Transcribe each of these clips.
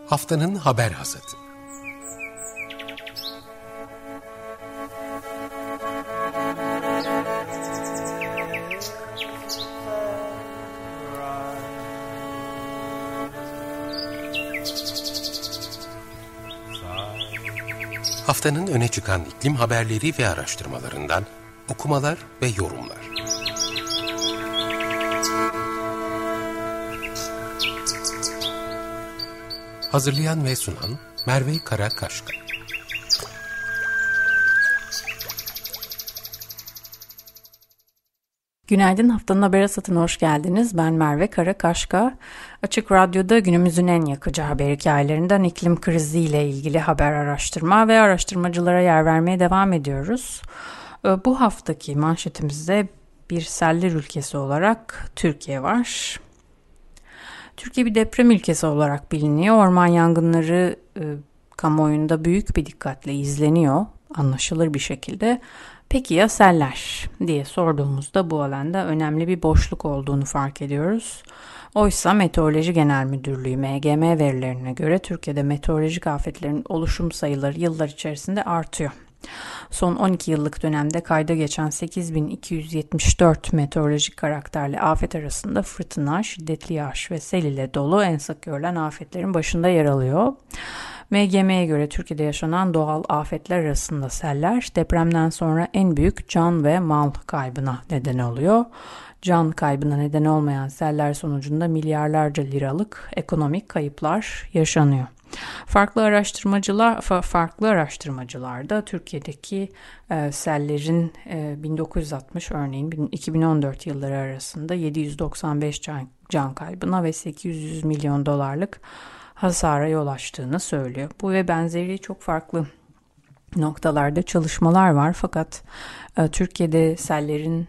Haftanın haber hasadı. Haftanın öne çıkan iklim haberleri ve araştırmalarından okumalar ve yorumlar. Hazırlayan ve sunan Merve Karakaşka. Günaydın, haftanın haber hasatına hoş geldiniz. Ben Merve Karakaşka. Açık Radyo'da günümüzün en yakıcı haber hikayelerinden iklim kriziyle ilgili haber araştırma ve araştırmacılara yer vermeye devam ediyoruz. Bu haftaki manşetimizde bir seller ülkesi olarak Türkiye var. Türkiye bir deprem ülkesi olarak biliniyor. Orman yangınları kamuoyunda büyük bir dikkatle izleniyor, anlaşılır bir şekilde. Peki ya seller diye sorduğumuzda bu alanda önemli bir boşluk olduğunu fark ediyoruz. Oysa Meteoroloji Genel Müdürlüğü MGM verilerine göre Türkiye'de meteorolojik afetlerin oluşum sayıları yıllar içerisinde artıyor. Son 12 yıllık dönemde kayda geçen 8.274 meteorolojik karakterli afet arasında fırtına, şiddetli yağış ve sel ile dolu en sık görülen afetlerin başında yer alıyor. MGM'ye göre Türkiye'de yaşanan doğal afetler arasında seller depremden sonra en büyük can ve mal kaybına neden oluyor. Can kaybına neden olmayan seller sonucunda milyarlarca liralık ekonomik kayıplar yaşanıyor. Farklı araştırmacılar da Türkiye'deki sellerin 1960 örneğin 2014 yılları arasında 795 can kaybına ve 800 milyon dolarlık hasara yol açtığını söylüyor. Bu ve benzeri çok farklı noktalarda çalışmalar var, fakat Türkiye'de sellerin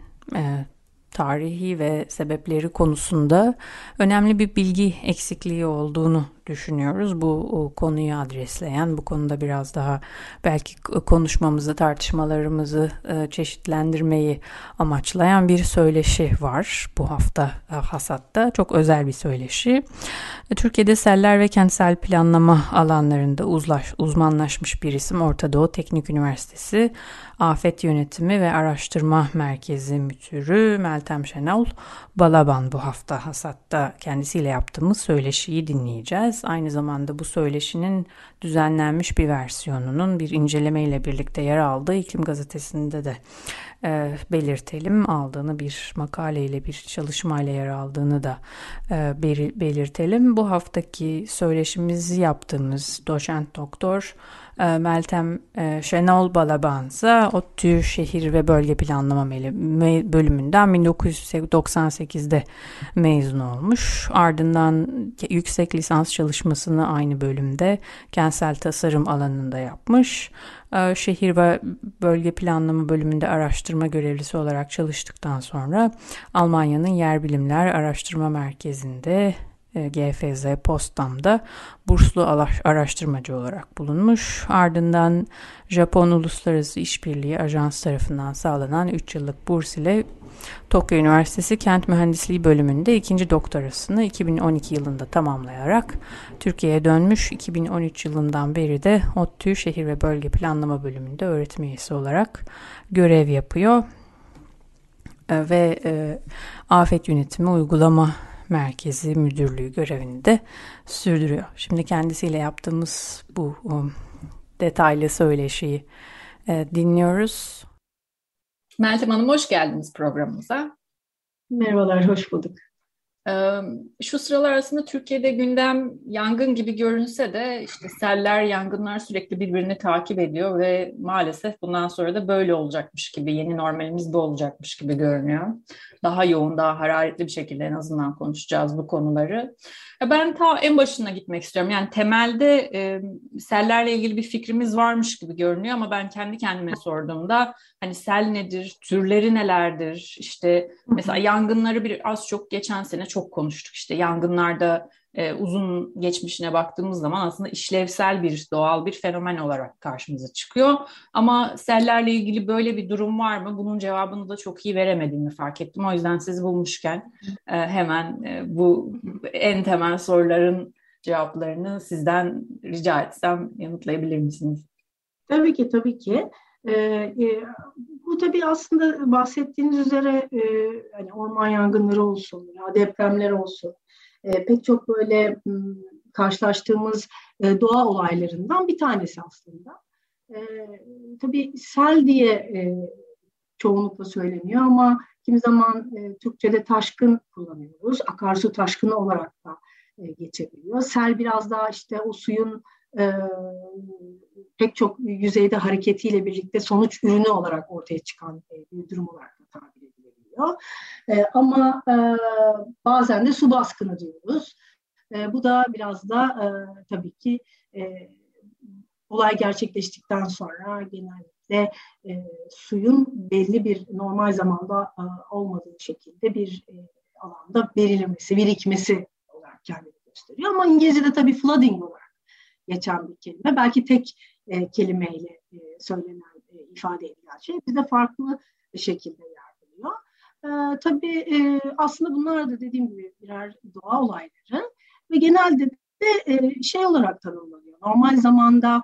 tarihi ve sebepleri konusunda önemli bir bilgi eksikliği olduğunu düşünüyoruz. Bu konuyu adresleyen, bu konuda biraz daha belki konuşmamızı, tartışmalarımızı çeşitlendirmeyi amaçlayan bir söyleşi var bu hafta hasatta. Çok özel bir söyleşi. Türkiye'de seller ve kentsel planlama alanlarında uzmanlaşmış bir isim, Orta Doğu Teknik Üniversitesi Afet Yönetimi ve Araştırma Merkezi Müdürü Meltem Şenol Balaban bu hafta hasatta kendisiyle yaptığımız söyleşiyi dinleyeceğiz. Aynı zamanda bu söyleşinin düzenlenmiş bir versiyonunun bir incelemeyle birlikte yer aldığı İklim Gazetesi'nde de belirtelim. Aldığını bir makaleyle, bir çalışmayla yer aldığını da belirtelim. Bu haftaki söyleşimizi yaptığımız doçent doktor Meltem Şenol Balabanza ODTÜ Şehir ve Bölge Planlama bölümünden 1998'de mezun olmuş. Ardından yüksek lisans çalışmasını aynı bölümde kentsel tasarım alanında yapmış. Şehir ve Bölge Planlama bölümünde araştırma görevlisi olarak çalıştıktan sonra Almanya'nın Yer Bilimler Araştırma Merkezi'nde GFZ Potsdam'da burslu araştırmacı olarak bulunmuş. Ardından Japon Uluslararası İşbirliği Ajans tarafından sağlanan 3 yıllık burs ile Tokyo Üniversitesi Kent Mühendisliği bölümünde ikinci doktorasını 2012 yılında tamamlayarak Türkiye'ye dönmüş. 2013 yılından beri de ODTÜ Şehir ve Bölge Planlama bölümünde öğretim üyesi olarak görev yapıyor. Ve Afet Yönetimi Uygulama Merkezi Müdürlüğü görevini de sürdürüyor. Şimdi kendisiyle yaptığımız bu detaylı söyleşiyi dinliyoruz. Meltem Hanım, hoş geldiniz programımıza. Merhabalar, hoş bulduk. Şu sıralar aslında Türkiye'de gündem yangın gibi görünse de işte seller, yangınlar sürekli birbirini takip ediyor ve maalesef bundan sonra da böyle olacakmış gibi, yeni normalimiz bu olacakmış gibi görünüyor. Daha yoğun, daha hararetli bir şekilde en azından konuşacağız bu konuları. Ben ta en başına gitmek istiyorum. Yani temelde sellerle ilgili bir fikrimiz varmış gibi görünüyor ama ben kendi kendime sorduğumda hani sel nedir, türleri nelerdir? İşte mesela yangınları az çok geçen sene çok konuştuk. İşte yangınlarda uzun geçmişine baktığımız zaman aslında işlevsel bir, doğal bir fenomen olarak karşımıza çıkıyor. Ama sellerle ilgili böyle bir durum var mı? Bunun cevabını da çok iyi veremediğimi fark ettim. O yüzden sizi bulmuşken hemen bu en temel soruların cevaplarını sizden rica etsem yanıtlayabilir misiniz? Tabii ki, tabii ki. Ee, e, Bu tabii aslında bahsettiğiniz üzere hani orman yangınları olsun, ya depremler olsun, pek çok böyle karşılaştığımız doğa olaylarından bir tanesi aslında. E, tabii sel diye çoğunlukla söyleniyor ama kimi zaman Türkçe'de taşkın kullanıyoruz. Akarsu taşkını olarak da geçebiliyor. Sel biraz daha işte o suyun e, pek çok yüzeyde hareketiyle birlikte sonuç ürünü olarak ortaya çıkan bir durum olarak da tabir edilebiliyor. Ama bazen de su baskını diyoruz. Bu da biraz da tabii ki olay gerçekleştikten sonra genellikle suyun belli bir normal zamanda olmadığı şekilde bir alanda belirlemesi, birikmesi olarak kendini gösteriyor. Ama İngilizce'de tabii flooding olarak geçen bir kelime. Belki tek kelimeyle söylenen, ifade edilen şey bizde farklı bir şekilde yer buluyor. Tabii aslında bunlar da dediğim gibi birer doğa olayları ve genelde de şey olarak tanımlanıyor. Normal zamanda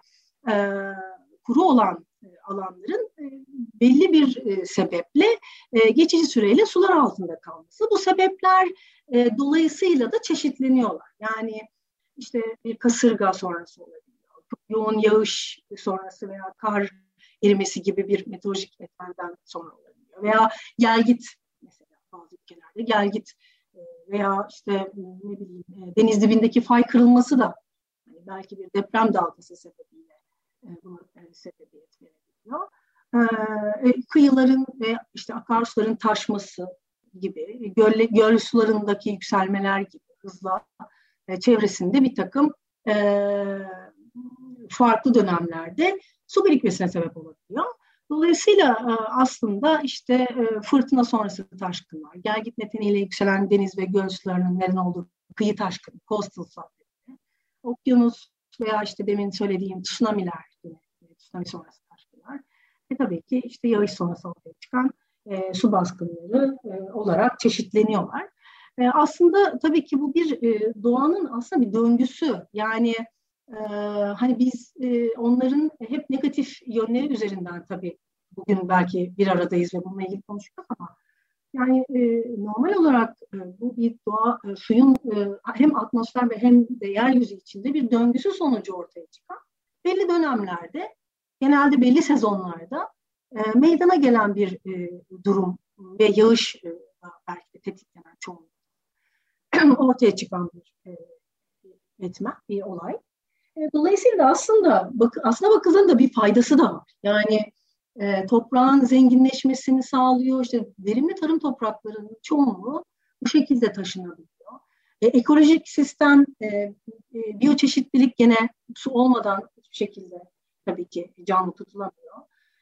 kuru olan alanların belli bir sebeple geçici süreyle sular altında kalması. Bu sebepler dolayısıyla da çeşitleniyorlar. Yani işte bir kasırga sonrası olabiliyor, çok yoğun yağış sonrası veya kar erimesi gibi bir meteorolojik etmenden sonra olabiliyor. Veya gelgit, mesela bazı ülkelerde gelgit veya işte ne bileyim deniz dibindeki fay kırılması da hani belki bir deprem dalgası sebebiyle buna sebebiyet verebiliyor. Kıyıların ve işte akarsuların taşması gibi, göl sularındaki yükselmeler gibi hızla çevresinde bir takım farklı dönemlerde su birikmesine sebep olabiliyor. Dolayısıyla aslında işte fırtına sonrası taşkınlar, gelgit nedeniyle yükselen deniz ve göl sularının neden olduğu kıyı taşkını, coastal flooding, okyanus veya işte demin söylediğim tsunamiler, tsunami sonrası taşkınlar ve tabii ki işte yağış sonrası ortaya çıkan su baskınları olarak çeşitleniyorlar. Aslında tabii ki bu bir doğanın aslında bir döngüsü. Yani hani biz onların hep negatif yönleri üzerinden tabii bugün belki bir aradayız ve bununla ilgili konuşuyoruz ama yani normal olarak bu bir doğa suyun hem atmosfer ve hem de yeryüzü içinde bir döngüsü sonucu ortaya çıkan belli dönemlerde genelde belli sezonlarda meydana gelen bir durum ve yağış belki de tetiklenen çoğunlukla ortaya çıkan bir etmen, bir olay. Dolayısıyla aslında bakıldığında bir faydası da var. Yani toprağın zenginleşmesini sağlıyor. İşte verimli tarım topraklarının çoğunluğu bu şekilde taşınabiliyor. Ekolojik sistem, biyoçeşitlilik gene su olmadan hiçbir şekilde tabii ki canlı tutulamıyor.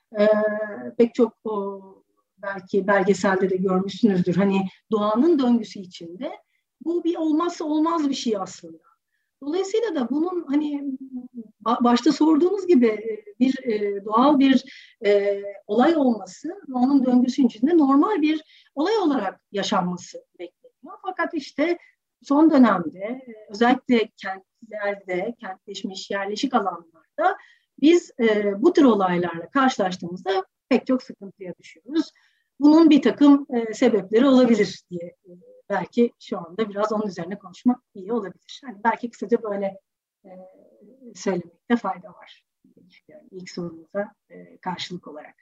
Pek çok belki belgeselde de görmüşsünüzdür. Hani doğanın döngüsü içinde bu bir olmazsa olmaz bir şey aslında. Dolayısıyla da bunun hani başta sorduğunuz gibi bir doğal bir olay olması, doğanın döngüsü içinde normal bir olay olarak yaşanması bekleniyor. Fakat işte son dönemde özellikle kentlerde, kentleşmiş yerleşik alanlarda biz bu tür olaylarla karşılaştığımızda pek çok sıkıntıya düşüyoruz. Bunun bir takım sebepleri olabilir diye belki şu anda biraz onun üzerine konuşmak iyi olabilir. Hani belki kısaca böyle söylemekte fayda var. Yani ilk sorunuza karşılık olarak.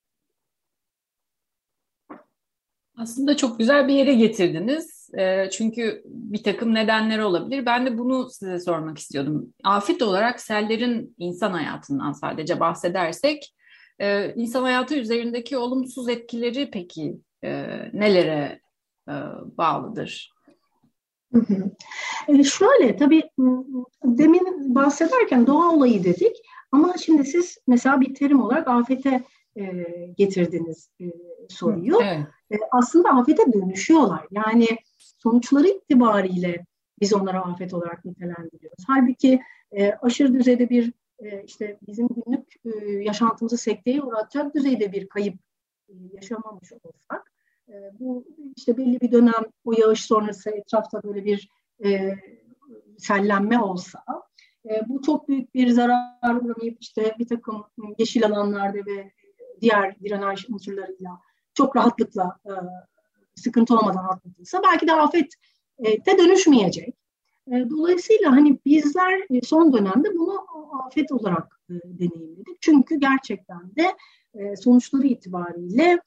Aslında çok güzel bir yere getirdiniz. Çünkü bir takım nedenleri olabilir. Ben de bunu size sormak istiyordum. Afet olarak sellerin insan hayatından sadece bahsedersek, insan hayatı üzerindeki olumsuz etkileri peki nelere bağlıdır? Hı hı. Şöyle tabii demin bahsederken doğa olayı dedik ama şimdi siz mesela bir terim olarak afete getirdiniz soruyu. Evet. Aslında afete dönüşüyorlar. Yani sonuçları itibariyle biz onları afet olarak nitelendiriyoruz. Halbuki aşırı düzeyde bir işte bizim günlük yaşantımızı sekteye uğratacak düzeyde bir kayıp yaşamamış olsak bu işte belli bir dönem o yağış sonrası etrafta böyle bir sellenme olsa bu çok büyük bir zarar uğramayıp işte bir takım yeşil alanlarda ve diğer drenaj unsurlarıyla çok rahatlıkla sıkıntı olmadan atlatılsa belki de afete dönüşmeyecek. Dolayısıyla hani bizler son dönemde bunu afet olarak deneyimledik. Çünkü gerçekten de sonuçları itibariyle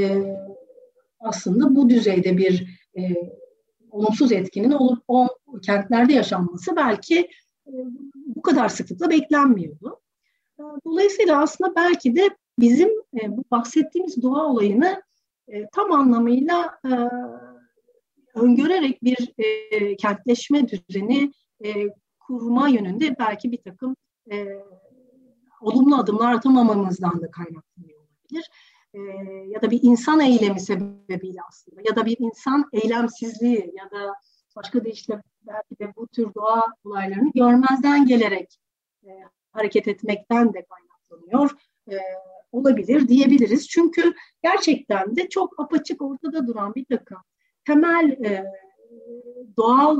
aslında bu düzeyde bir olumsuz etkinin olup o kentlerde yaşanması belki bu kadar sıklıkla beklenmiyordu. Dolayısıyla aslında belki de bizim bu bahsettiğimiz doğa olayını tam anlamıyla öngörerek bir kentleşme düzeni kurma yönünde belki bir takım olumlu adımlar atamamamızdan da kaynaklanıyor olabilir. Ya da bir insan eylemi sebebiyle aslında ya da bir insan eylemsizliği ya da başka deyişle belki de bu tür doğa olaylarını görmezden gelerek hareket etmekten de kaynaklanıyor olabilir diyebiliriz. Çünkü gerçekten de çok apaçık ortada duran bir takım temel doğal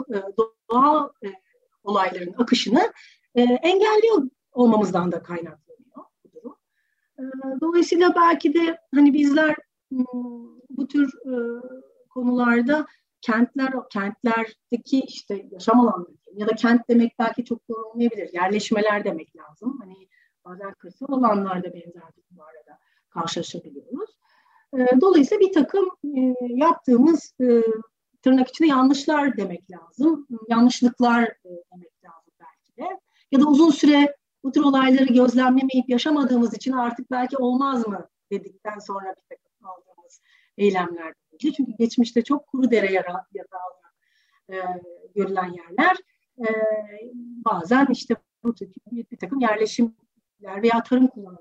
olayların akışını engelliyor olmamızdan da kaynaklanıyor bu durum. Dolayısıyla belki de hani bizler bu tür konularda kentlerdeki işte yaşam alanları ya da kent demek belki çok doğru olmayabilir. Yerleşmeler demek lazım. Hani bazen kırsal alanlarda benzer durumlarla karşılaşabiliyoruz. Dolayısıyla bir takım yaptığımız tırnak içinde yanlışlar demek lazım. Yanlışlıklar demek lazım belki de. Ya da uzun süre bu tür olayları gözlemlemeyip yaşamadığımız için artık belki olmaz mı dedikten sonra bir takım aldığımız eylemler. Çünkü geçmişte çok kuru dere yatağı görülen yerler bazen işte bu tür bir takım yerleşimler veya tarım kullanımı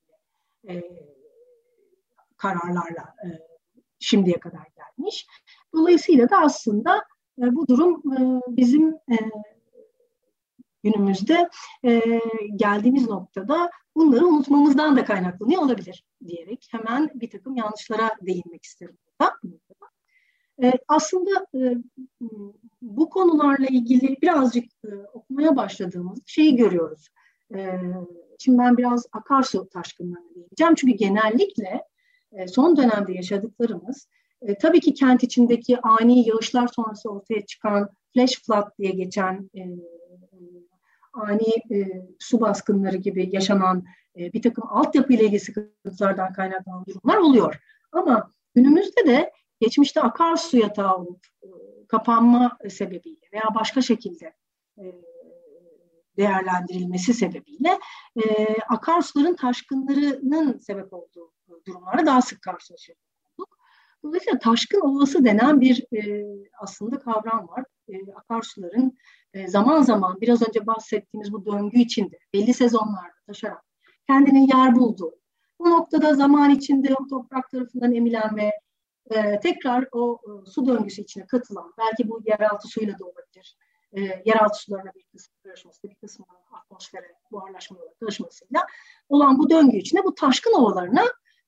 kararlarla şimdiye kadar gelmiş. Dolayısıyla da aslında bu durum bizim günümüzde geldiğimiz noktada bunları unutmamızdan da kaynaklanıyor olabilir diyerek hemen bir takım yanlışlara değinmek isterim. Aslında bu konularla ilgili birazcık okumaya başladığımız şeyi görüyoruz. Şimdi ben biraz akarsu taşkınlarına değineceğim. Çünkü genellikle son dönemde yaşadıklarımız tabii ki kent içindeki ani yağışlar sonrası ortaya çıkan flash flood diye geçen ani su baskınları gibi yaşanan bir takım altyapı ile ilgili sıkıntılardan kaynaklanan durumlar oluyor. Ama günümüzde de geçmişte akarsu yatağı olup kapanma sebebiyle veya başka şekilde değerlendirilmesi sebebiyle akarsuların taşkınlarının sebep olduğu durumlara daha sık karşılaşıyoruz. Dolayısıyla taşkın ovası denen bir aslında kavram var. Akarsuların zaman zaman biraz önce bahsettiğimiz bu döngü içinde belli sezonlarda taşarak kendinin yer bulduğu, bu noktada zaman içinde o toprak tarafından emilen ve tekrar o su döngüsü içine katılan, belki bu yeraltı suyuyla da olabilir, yeraltı sularına bir kısmı karışması, bir kısmı atmosfere buharlaşma olarak karışmasıyla olan bu döngü içinde bu taşkın ovalarına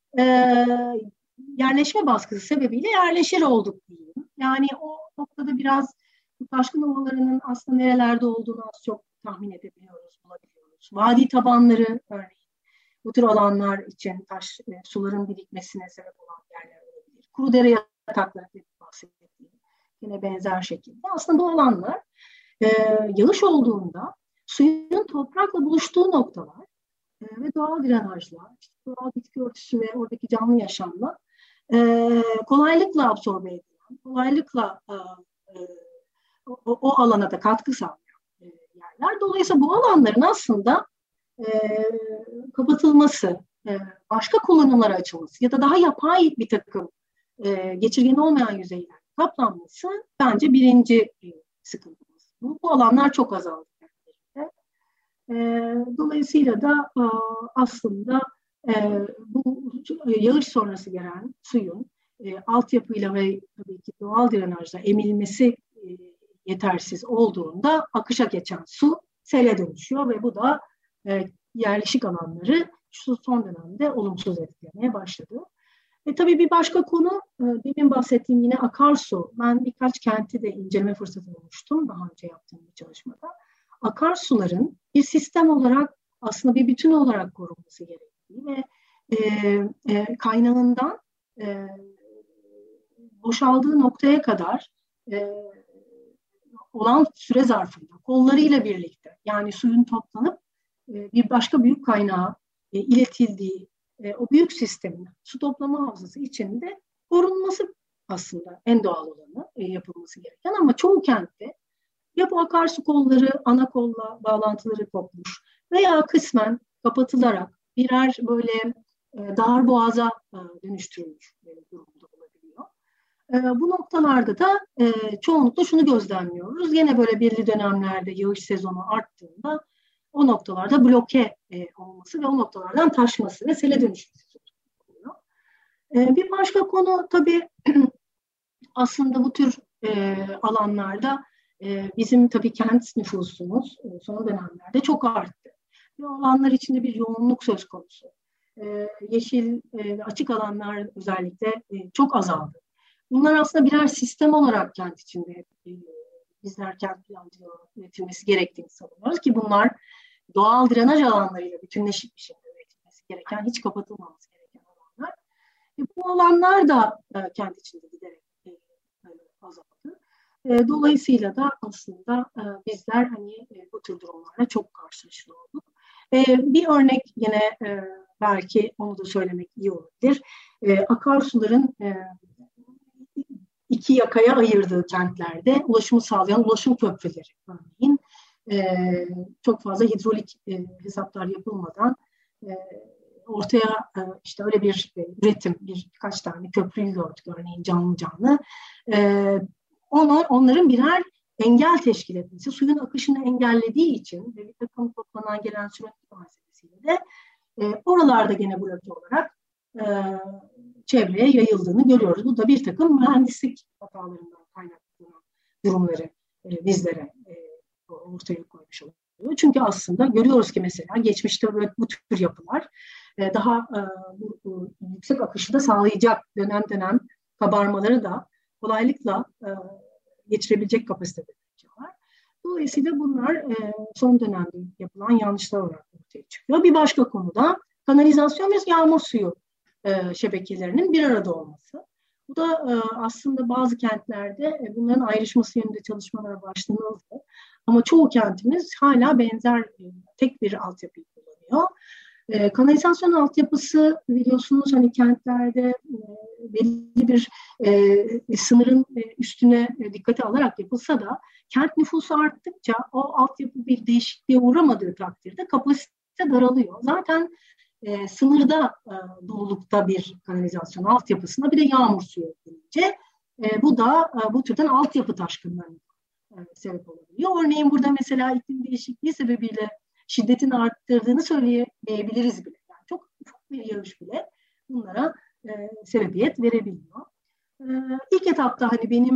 yerleşme baskısı sebebiyle yerleşir olduk diyeyim. Yani o noktada biraz bu taşkın ovalarının aslında nerelerde olduğunu az çok tahmin edebiliyoruz, bulabiliyoruz. Vadi tabanları örneğin bu tür alanlar için suların birikmesine sebep olan yerler olabilir. Kuru dere yatakları bahsettiğim yine benzer şekilde. Aslında bu alanlar yağış olduğunda suyun toprakla buluştuğu noktalar ve doğal drenajlar, işte doğal bitki örtüsü ve oradaki canlı yaşamla kolaylıkla absorbe edilen, kolaylıkla o alana da katkı sağlayan yerler. Dolayısıyla bu alanların aslında kapatılması, başka kullanımlara açılması ya da daha yapay bir takım geçirgen olmayan yüzeyler kaplanması bence birinci sıkıntımız. Bu alanlar çok azaldı. Dolayısıyla da aslında bu yağış sonrası gelen suyun altyapıyla ve tabii ki doğal drenajla emilmesi yetersiz olduğunda akışa geçen su sele dönüşüyor ve bu da yerleşik alanları şu son dönemde olumsuz etkilemeye başladı. Tabii bir başka konu, demin bahsettiğim yine akarsu. Ben birkaç kenti de inceleme fırsatı bulmuştum daha önce yaptığım bir çalışmada. Akarsuların bir sistem olarak aslında bir bütün olarak korunması gerektiği ve kaynağından boşaldığı noktaya kadar olan süre zarfında kollarıyla birlikte, yani suyun toplanıp bir başka büyük kaynağa iletildiği o büyük sistemin su toplama havzası içinde korunması aslında en doğal olanı, yapılması gereken, ama çoğu kentte ya bu akarsu kolları ana kolla bağlantıları kopmuş veya kısmen kapatılarak birer böyle dar boğaza dönüştürülmüş durumda olabiliyor. Bu noktalarda da çoğunlukla şunu gözlemliyoruz. Yine böyle belirli dönemlerde yağış sezonu arttığında o noktalarda bloke olması ve o noktalardan taşması ve sele dönüşmesi oluyor. Bir başka konu tabii aslında bu tür alanlarda bizim tabii kent nüfusumuz son dönemlerde çok arttı. Ve alanlar içinde bir yoğunluk söz konusu. Yeşil ve açık alanlar özellikle çok azaldı. Bunlar aslında birer sistem olarak kent içinde bizler kent plancılığı üretilmesi gerektiğini savunuyoruz ki bunlar doğal drenaj alanlarıyla bütünleşik bir şekilde üretilmesi gereken, hiç kapatılmaması gereken alanlar. Bu alanlar da kent içinde giderek azaldı. Dolayısıyla da aslında bizler hani bu tür durumlarla çok karşılaşıyor olduk. Bir örnek yine belki onu da söylemek iyi olabilir. Akarsuların iki yakaya ayırdığı kentlerde ulaşımı sağlayan ulaşım köprüleri örneğin çok fazla hidrolik hesaplar yapılmadan ortaya işte öyle bir üretim, birkaç tane köprüyü gördük örneğin canlı canlı. Onların birer engel teşkil etmesi, suyun akışını engellediği için ve bir takım toplanan gelen sürekli malzemesiyle de oralarda gene bloke olarak çevreye yayıldığını görüyoruz. Bu da bir takım mühendislik hatalarından kaynaklanan durumları bizlere ortaya koymuş oluyor. Çünkü aslında görüyoruz ki mesela geçmişte bu tür yapılar daha bu yüksek akışı da sağlayacak dönem dönem kabarmaları da kolaylıkla geçirebilecek kapasitede var. Dolayısıyla bunlar son dönemde yapılan yanlışlar olarak ortaya çıkıyor. Bir başka konuda kanalizasyon ve yağmur suyu şebekelerinin bir arada olması. Bu da aslında bazı kentlerde bunların ayrışması yönünde çalışmalara başlanıldı. Ama çoğu kentimiz hala benzer tek bir altyapıyı kullanıyor. Kanalizasyon altyapısı biliyorsunuz hani kentlerde belli bir sınırın üstüne dikkate alarak yapılsa da kent nüfusu arttıkça o altyapı bir değişikliğe uğramadığı takdirde kapasite daralıyor. Zaten sınırda dolulukta bir kanalizasyon altyapısına bir de yağmur suyu eklenince bu da bu türden altyapı taşkınlarına sebep olabiliyor. Örneğin burada mesela iklim değişikliği sebebiyle şiddetin arttırdığını söyleyebiliriz bile. Yani çok ufak bir yağış bile bunlara sebebiyet verebiliyor. İlk etapta hani benim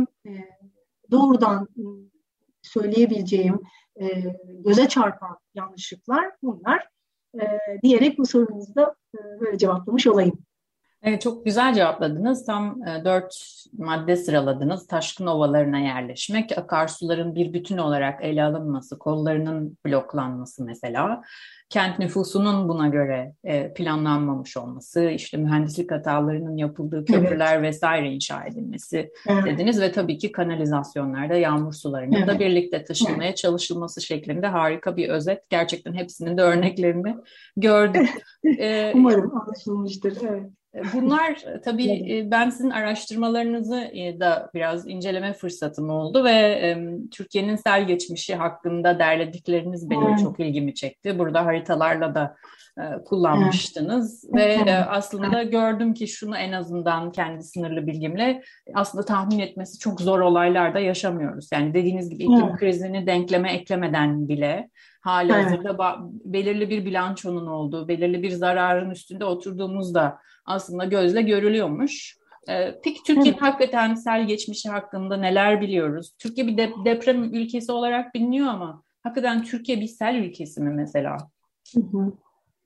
doğrudan söyleyebileceğim göze çarpan yanlışlıklar bunlar diyerek bu sorunuzu da böyle cevaplamış olayım. Evet, çok güzel cevapladınız. Tam 4 madde sıraladınız. Taşkın ovalarına yerleşmek, akarsuların bir bütün olarak ele alınması, kollarının bloklanması mesela, kent nüfusunun buna göre planlanmamış olması, işte mühendislik hatalarının yapıldığı köprüler vesaire inşa edilmesi dediniz ve tabii ki kanalizasyonlarda yağmur sularının da birlikte taşınmaya çalışılması şeklinde harika bir özet. Gerçekten hepsinin de örneklerini gördük. Umarım anlaşılmıştır. Evet. Bunlar tabii ben sizin araştırmalarınızı da biraz inceleme fırsatım oldu ve Türkiye'nin sel geçmişi hakkında derledikleriniz benim çok ilgimi çekti. Burada haritalarla da kullanmıştınız ve aslında gördüm ki şunu en azından kendi sınırlı bilgimle aslında tahmin etmesi çok zor olaylarda yaşamıyoruz. Yani dediğiniz gibi iklim krizini denkleme eklemeden bile halihazırda belirli bir bilançonun olduğu, belirli bir zararın üstünde oturduğumuzda aslında gözle görülüyormuş. Peki Türkiye'nin hakikaten sel geçmişi hakkında neler biliyoruz? Türkiye bir deprem ülkesi olarak biliniyor ama hakikaten Türkiye bir sel ülkesi mi mesela?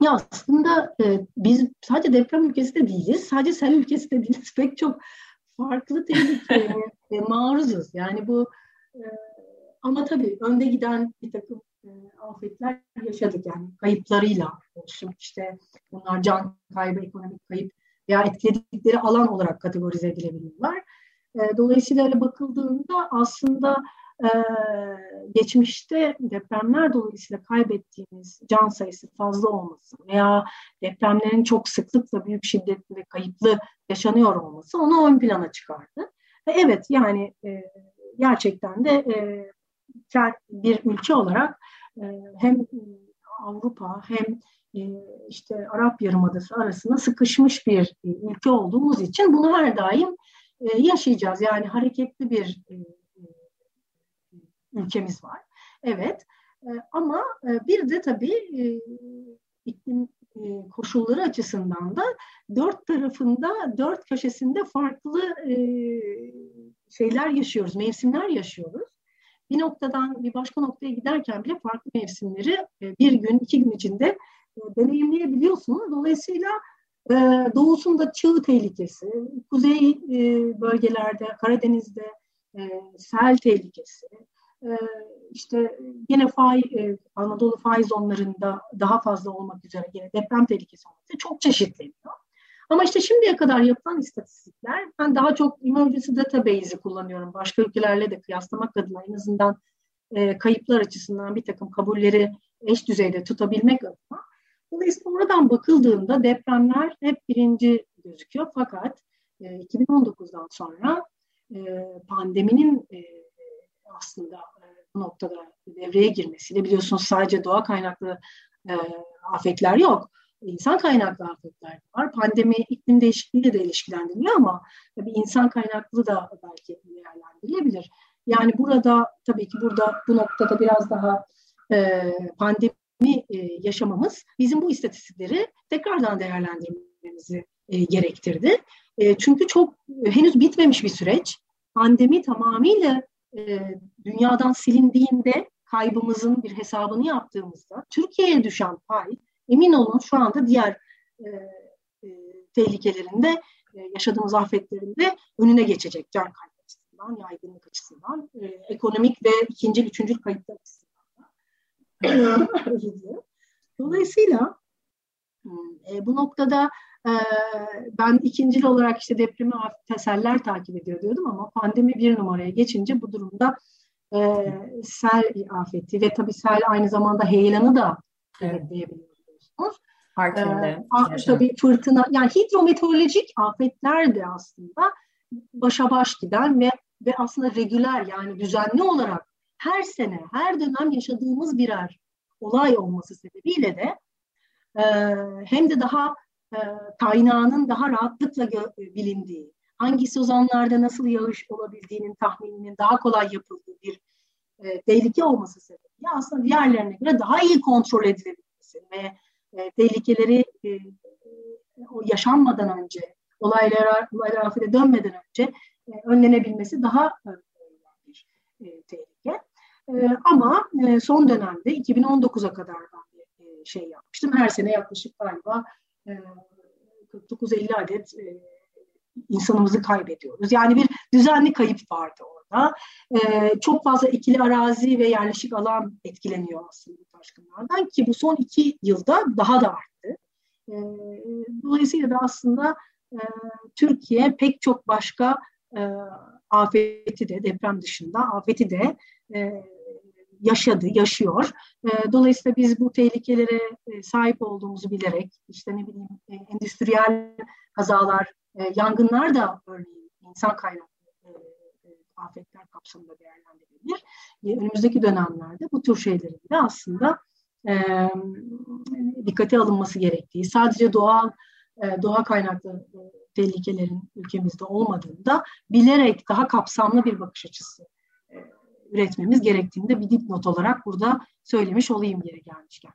Ya aslında biz sadece deprem ülkesi de değiliz, sadece sel ülkesi de değiliz. Pek çok farklı tehlikeye maruzuz. Yani bu e, ama tabii önde giden bir takım afetler yaşadık yani kayıplarıyla olsun işte bunlar can kaybı, ekonomik kayıp veya etkiledikleri alan olarak kategorize edilebiliyorlar. Dolayısıyla öyle bakıldığında aslında e, geçmişte depremler dolayısıyla kaybettiğimiz can sayısı fazla olması veya depremlerin çok sıklıkla büyük şiddetli ve kayıplı yaşanıyor olması onu ön plana çıkardı. Ve evet yani gerçekten de bir ülke olarak hem Avrupa hem işte Arap Yarımadası arasında sıkışmış bir ülke olduğumuz için bunu her daim yaşayacağız. Yani hareketli bir ülkemiz var. Evet. Ama bir de tabii iklim koşulları açısından da dört tarafında, dört köşesinde farklı şeyler yaşıyoruz, mevsimler yaşıyoruz. Bir noktadan bir başka noktaya giderken bile farklı mevsimleri bir gün, 2 gün içinde deneyimleyebiliyorsunuz. Dolayısıyla doğusunda çığ tehlikesi, kuzey bölgelerde, Karadeniz'de sel tehlikesi, işte yine Anadolu fay zonlarında daha fazla olmak üzere yine deprem tehlikesi olmak üzere çok çeşitleniyor. Ama işte şimdiye kadar yapılan istatistikler, ben daha çok emergency database'i kullanıyorum. Başka ülkelerle de kıyaslamak adına en azından kayıplar açısından bir takım kabulleri eş düzeyde tutabilmek adına. Dolayısıyla oradan bakıldığında depremler hep birinci gözüküyor. Fakat 2019'dan sonra pandeminin aslında bu noktada devreye girmesiyle biliyorsunuz sadece doğa kaynaklı afetler yok. İnsan kaynaklı afetler var. Pandemi iklim değişikliğiyle de ilişkilendiriliyor ama tabii insan kaynaklı da belki değerlendirilebilir. Yani burada tabii ki bu noktada biraz daha pandemi yaşamamız bizim bu istatistikleri tekrardan değerlendirmemizi gerektirdi. Çünkü çok henüz bitmemiş bir süreç. Pandemi tamamıyla dünyadan silindiğinde kaybımızın bir hesabını yaptığımızda Türkiye'ye düşen pay emin olun şu anda diğer tehlikelerinde yaşadığımız afetlerinde önüne geçecek can kaybı açısından, yaygınlık açısından, ekonomik ve ikinci, üçüncü kayıplar açısından. Dolayısıyla bu noktada ben ikincil olarak işte depremi seller takip ediyor diyordum ama pandemi bir numaraya geçince bu durumda sel afeti ve tabii sel aynı zamanda heyelanı da diyebiliyorsunuz. Tabii fırtına yani hidrometeorolojik afetler de aslında başa baş giden ve aslında regüler yani düzenli olarak her sene, her dönem yaşadığımız birer olay olması sebebiyle de hem de daha kaynağının daha rahatlıkla bilindiği, hangi sezonlarda nasıl yağış olabildiğinin tahmininin daha kolay yapıldığı bir tehlike olması sebebiyle aslında diğerlerine göre daha iyi kontrol edilebilmesi ve tehlikeleri yaşanmadan önce, olaylar afete dönmeden önce önlenebilmesi daha bir tehlike. Ama son dönemde 2019'a kadar ben bir şey yapmıştım. Her sene yaklaşık galiba 49-50 adet insanımızı kaybediyoruz. Yani bir düzenli kayıp vardı orada. Çok fazla ikili arazi ve yerleşik alan etkileniyor aslında bu taşkınlardan ki bu son 2 yılda daha da arttı. Dolayısıyla da aslında Türkiye pek çok başka afeti de deprem dışında afeti de yaşıyor. Dolayısıyla biz bu tehlikelere sahip olduğumuzu bilerek işte ne bileyim endüstriyel kazalar, yangınlar da örneğin insan kaynaklı afetler kapsamında değerlendirilebilir. Önümüzdeki dönemlerde bu tür şeylerin de aslında dikkate alınması gerektiği, sadece doğa kaynaklı tehlikelerin ülkemizde olmadığında bilerek daha kapsamlı bir bakış açısı üretmemiz gerektiğini de bir dipnot olarak burada söylemiş olayım yeri gelmişken.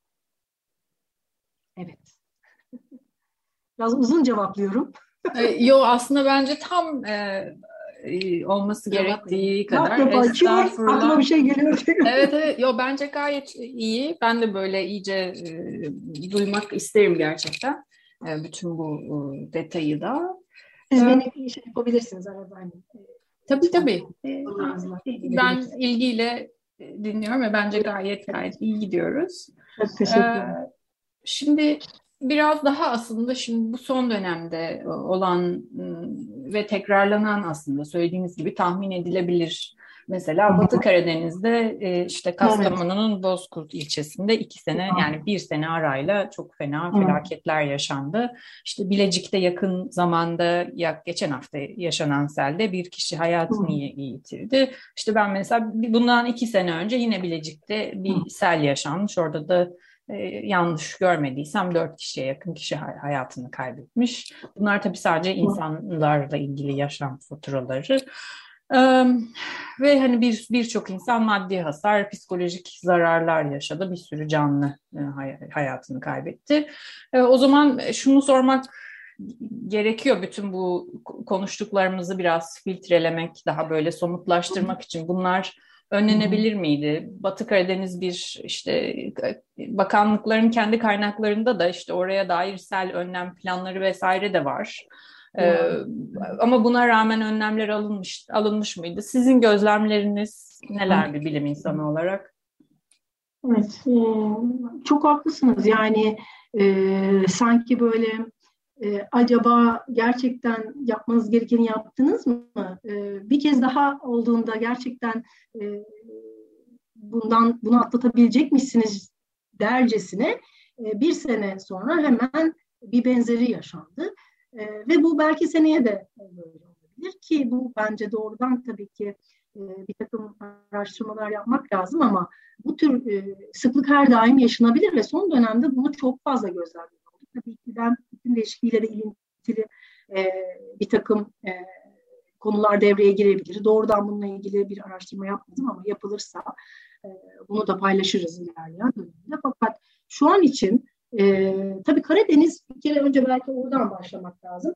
Evet. Biraz uzun cevaplıyorum. Yo aslında bence tam olması gerektiği kadar. Laf açıyor, aklıma bir şey geliyor. Evet, evet. Yo, bence gayet iyi. Ben de böyle iyice duymak isterim gerçekten. Bütün bu detayı da. Siz beni şey yapabilirsiniz arada. Hani, tabii tabii. Ben gidebiliriz. ilgiyle dinliyorum ve bence gayet iyi gidiyoruz. Çok teşekkür ederim. Şimdi biraz daha aslında şimdi bu son dönemde olan ve tekrarlanan, aslında söylediğiniz gibi tahmin edilebilir. Mesela Batı Karadeniz'de işte Kastamonu'nun Bozkurt ilçesinde 2 sene, yani 1 sene arayla çok fena felaketler yaşandı. İşte Bilecik'te yakın zamanda, geçen hafta yaşanan selde bir kişi hayatını yitirdi. İşte ben mesela bundan 2 sene önce yine Bilecik'te bir sel yaşanmış. Orada da yanlış görmediysem 4 kişiye yakın kişi hayatını kaybetmiş. Bunlar tabii sadece insanlarla ilgili yaşam faturaları. Ve hani birçok insan maddi hasar, psikolojik zararlar yaşadı. Bir sürü canlı hayatını kaybetti. O zaman şunu sormak gerekiyor, bütün bu konuştuklarımızı biraz filtrelemek, daha böyle somutlaştırmak için. Bunlar önlenebilir miydi? Batı Karadeniz bir, işte bakanlıkların kendi kaynaklarında da işte oraya dair sel önlem planları vesaire de var. Ama buna rağmen önlemler alınmış mıydı? Sizin gözlemleriniz neler bir bilim insanı olarak? Evet, çok haklısınız. Yani sanki böyle acaba gerçekten yapmanız gerekeni yaptınız mı? Bir kez daha olduğunda gerçekten bunu atlatabilecek misiniz dercesine 1 sene sonra hemen bir benzeri yaşandı. Ve bu belki seneye de böyle olabilir ki bu bence doğrudan tabii ki bir takım araştırmalar yapmak lazım ama bu tür sıklık her daim yaşanabilir ve son dönemde bunu çok fazla gözlemliyoruz. Tabii ki iklim değişikliğiyle de ilintili bir takım konular devreye girebilir. Doğrudan bununla ilgili bir araştırma yapmadım ama yapılırsa bunu da paylaşırız ilerleyen dönemde. Fakat şu an için tabii Karadeniz, bir kere önce belki oradan başlamak lazım.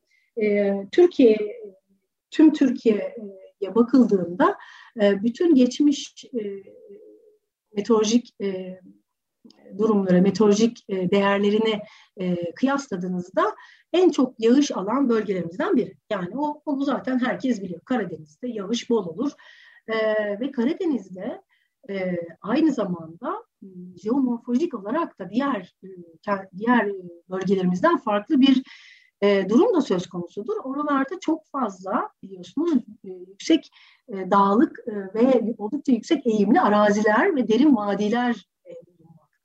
Tüm Türkiye'ye bakıldığında bütün geçmiş meteorolojik durumları, meteorolojik değerlerini kıyasladığınızda en çok yağış alan bölgelerimizden biri. Yani onu zaten herkes biliyor. Karadeniz'de yağış bol olur. Ve Karadeniz'de aynı zamanda jeomorfolojik olarak da diğer bölgelerimizden farklı bir durum da söz konusudur. Oralarda çok fazla biliyorsunuz yüksek dağlık ve oldukça yüksek eğimli araziler ve derin vadiler bulunmakta.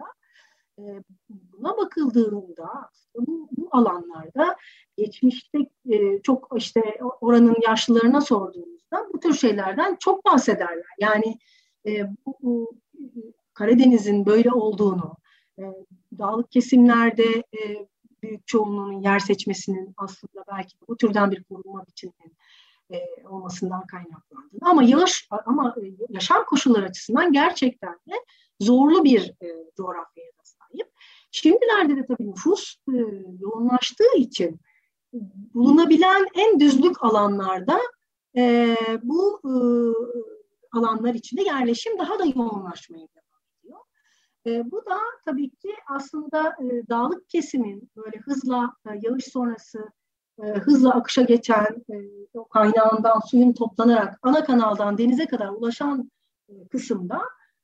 Buna bakıldığında bu alanlarda geçmişte çok işte oranın yaşlılarına sorduğumuzda bu tür şeylerden çok bahsederler. Yani bu Karadeniz'in böyle olduğunu, dağlık kesimlerde büyük çoğunluğunun yer seçmesinin aslında belki bu türden bir korunma biçiminin olmasından kaynaklandığını ama yaşam koşulları açısından gerçekten de zorlu bir coğrafyaya da sahip. Şimdilerde de tabii nüfus yoğunlaştığı için bulunabilen en düzlük alanlarda bu alanlar içinde yerleşim daha da yoğunlaşmaya devam ediyor. Bu da tabii ki aslında dağlık kesimin böyle hızla yağış sonrası hızla akışa geçen o kaynağından suyun toplanarak ana kanaldan denize kadar ulaşan kısımda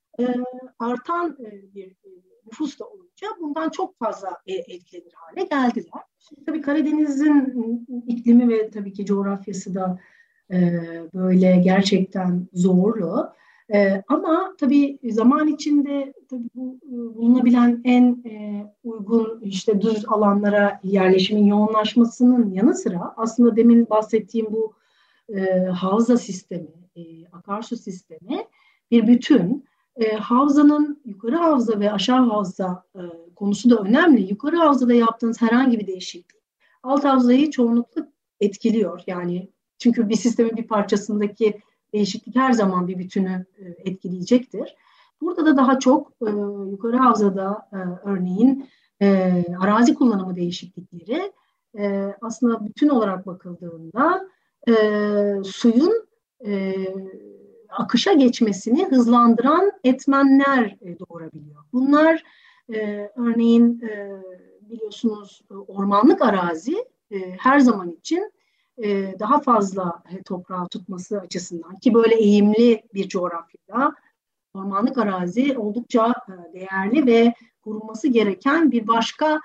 artan bir nüfus da olunca bundan çok fazla etkilenir hale geldiler. Şimdi tabii Karadeniz'in iklimi ve tabii ki coğrafyası da böyle gerçekten zorlu. Ama tabii zaman içinde tabii bu bulunabilen en uygun işte düz alanlara yerleşimin yoğunlaşmasının yanı sıra aslında demin bahsettiğim bu havza sistemi, akarsu sistemi bir bütün. Havzanın yukarı havza ve aşağı havza konusu da önemli. Yukarı havzada yaptığınız herhangi bir değişiklik alt havzayı çoğunlukla etkiliyor. Yani çünkü bir sistemin bir parçasındaki değişiklik her zaman bir bütünü etkileyecektir. Burada da daha çok yukarı havzada örneğin arazi kullanımı değişiklikleri aslında bütün olarak bakıldığında suyun akışa geçmesini hızlandıran etmenler doğurabiliyor. Bunlar örneğin biliyorsunuz ormanlık arazi her zaman için daha fazla toprağı tutması açısından ki böyle eğimli bir coğrafyada ormanlık arazi oldukça değerli ve korunması gereken bir başka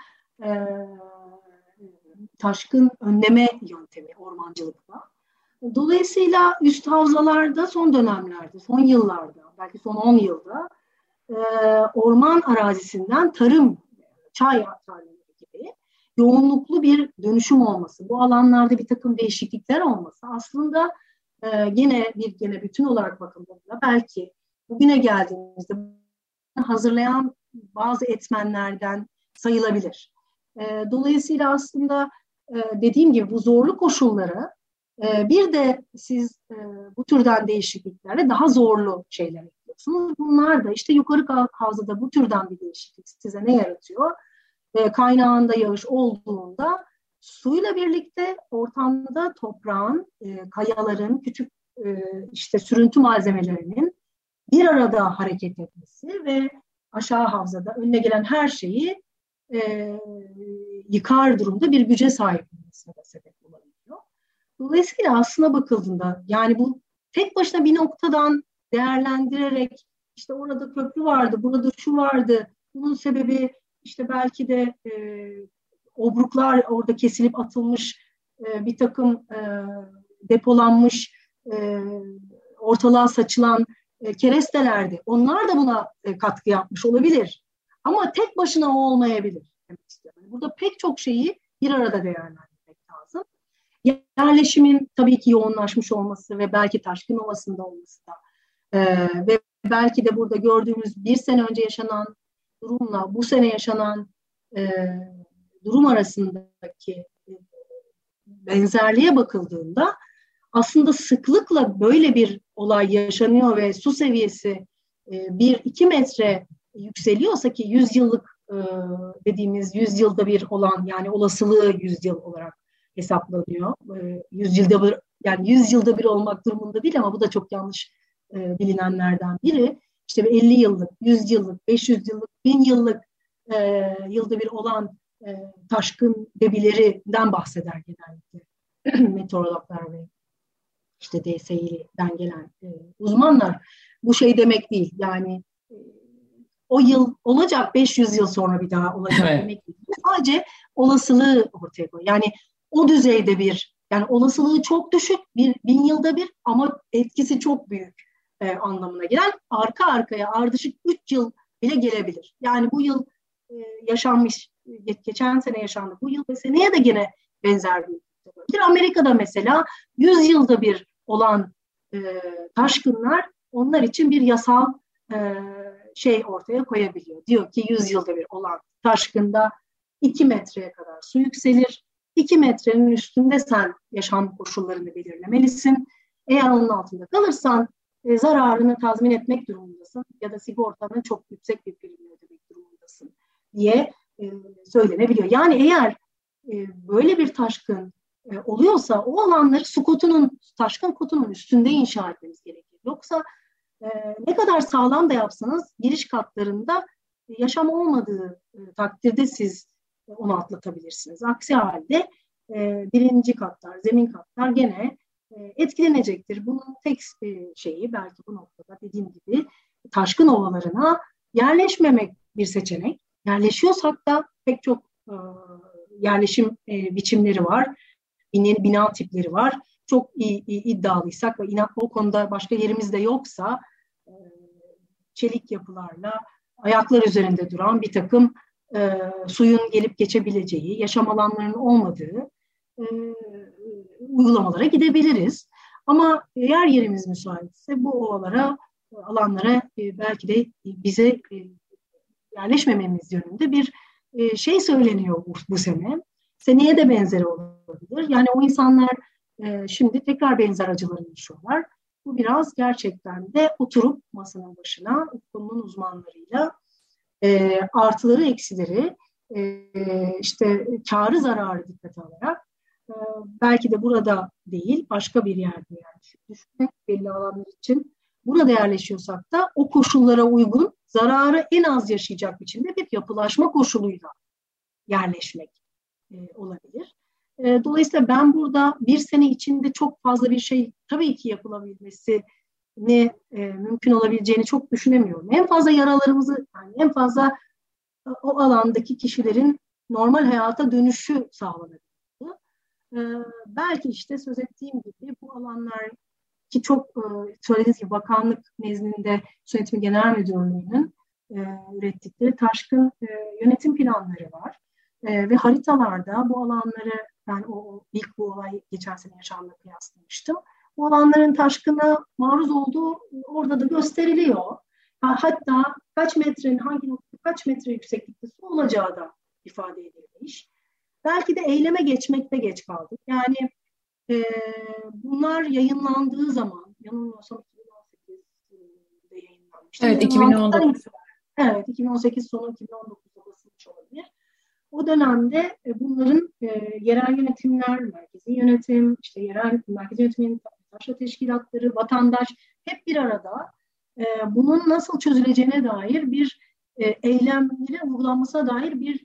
taşkın önleme yöntemi ormancılıkta. Dolayısıyla üst havzalarda son dönemlerde, son yıllarda, belki son 10 yılda orman arazisinden tarım, çay tarımı gibi yoğunluklu bir dönüşüm olması, bu alanlarda bir takım değişiklikler olması aslında gene bütün olarak bakıldığında belki bugüne geldiğimizde hazırlayan bazı etmenlerden sayılabilir. Dolayısıyla aslında dediğim gibi bu zorlu koşulları bir de siz bu türden değişikliklerle daha zorlu şeyler ekliyorsunuz. Bunlar da işte yukarı havzada bu türden bir değişiklik size ne yaratıyor? Kaynağında yağış olduğunda suyla birlikte ortamda toprağın, kayaların, küçük işte sürüntü malzemelerinin bir arada hareket etmesi ve aşağı havzada önüne gelen her şeyi yıkar durumda bir güce sahip olmasına da sebep olabiliyor. Dolayısıyla aslına bakıldığında yani bu tek başına bir noktadan değerlendirerek işte orada köprü vardı, burada şu vardı, bunun sebebi işte belki de obruklar orada kesilip atılmış bir takım depolanmış ortalığa saçılan kerestelerdi. Onlar da buna katkı yapmış olabilir. Ama tek başına o olmayabilir demek istiyorum. Burada pek çok şeyi bir arada değerlendirmek lazım. Yerleşimin tabii ki yoğunlaşmış olması ve belki Taşkın Ovası'nda olması da ve belki de burada gördüğümüz bir sene önce yaşanan durumla bu sene yaşanan durum arasındaki benzerliğe bakıldığında aslında sıklıkla böyle bir olay yaşanıyor ve su seviyesi 1-2 metre yükseliyorsa ki 100 yıllık dediğimiz 100 yılda bir olan yani olasılığı 100 yıl olarak hesaplanıyor. 100 yılda bir yani 100 yılda bir olmak durumunda değil ama bu da çok yanlış bilinenlerden biri. İşte 50 yıllık, 100 yıllık, 500 yıllık, 1000 yıllık yılda bir olan taşkın debilerinden bahseder genellikle meteorologlar ve işte DSİ'den gelen uzmanlar. Bu şey demek değil. Yani o yıl olacak 500 yıl sonra bir daha olacak demek değil. Sadece olasılığı ortaya koyuyor. Yani o düzeyde bir yani olasılığı çok düşük 1000 yılda bir ama etkisi çok büyük anlamına gelen arka arkaya ardışık 3 yıl bile gelebilir. Yani bu yıl yaşanmış, geçen sene yaşandı bu yıl ve seneye de gene benzer bir olabilir. Amerika'da mesela 100 yılda bir olan taşkınlar onlar için bir yasal şey ortaya koyabiliyor. Diyor ki 100 yılda bir olan taşkında 2 metreye kadar su yükselir. 2 metrenin üstünde sen yaşam koşullarını belirlemelisin. Eğer onun altında kalırsan zararını tazmin etmek durumundasın ya da sigortanın çok yüksek bir primini ödemek durumundasın diye söylenebiliyor. Yani eğer böyle bir taşkın oluyorsa o alanları taşkın kotunun üstünde inşa etmeniz gerekir. Yoksa ne kadar sağlam da yapsanız giriş katlarında yaşam olmadığı takdirde siz onu atlatabilirsiniz. Aksi halde birinci katlar, zemin katlar gene etkilenecektir. Bunun tek şeyi belki bu noktada dediğim gibi taşkın ovalarına yerleşmemek bir seçenek. Yerleşiyorsak da pek çok yerleşim biçimleri var. Bina tipleri var. Çok iddialıysak ve o konuda başka yerimiz de yoksa çelik yapılarla ayaklar üzerinde duran bir takım suyun gelip geçebileceği, yaşam alanlarının olmadığı uygulamalara gidebiliriz. Ama eğer yerimiz müsaitse bu ovalara, alanlara belki de bize yerleşmememiz yönünde bir şey söyleniyor bu sene. Seneye de benzeri olabilir. Yani o insanlar şimdi tekrar benzer acıları yaşıyorlar. Bu biraz gerçekten de oturup masanın başına konunun uzmanlarıyla artıları eksileri işte kârı zararı dikkate alarak belki de burada değil, başka bir yerde düşünmek belli alanlar için. Burada yerleşiyorsak da o koşullara uygun, zararı en az yaşayacak biçimde bir yapılaşma koşuluyla yerleşmek olabilir. Dolayısıyla ben burada bir sene içinde çok fazla bir şey tabii ki yapılabilmesi mümkün olabileceğini çok düşünemiyorum. En fazla yaralarımızı, yani en fazla o alandaki kişilerin normal hayata dönüşü sağlanabilir. Belki işte söz ettiğim gibi bu alanlar ki çok söylediğiniz gibi bakanlık nezdinde Su Yönetimi Genel Müdürlüğü'nün ürettikleri taşkın yönetim planları var. Ve haritalarda bu alanları, ben ilk bu olay geçen sene yaşandığını kıyaslamıştım. Bu alanların taşkına maruz olduğu orada da gösteriliyor. Hatta kaç metrenin hangi noktada kaç metre yükseklikte su olacağı da ifade edilmiş. Belki de eyleme geçmekte geç kaldık. Yani bunlar yayınlandığı zaman, yanılmıyorsam 2018'de yayınlanmıştı. Evet, 2019. Evet, 2018 sonu 2019'da basılmış olabilir. O dönemde bunların yerel yönetimler, merkezi yönetim, işte yerel merkezi yönetimin taşra teşkilatları, vatandaş hep bir arada bunun nasıl çözüleceğine dair bir eylemlere uygulanmasına dair bir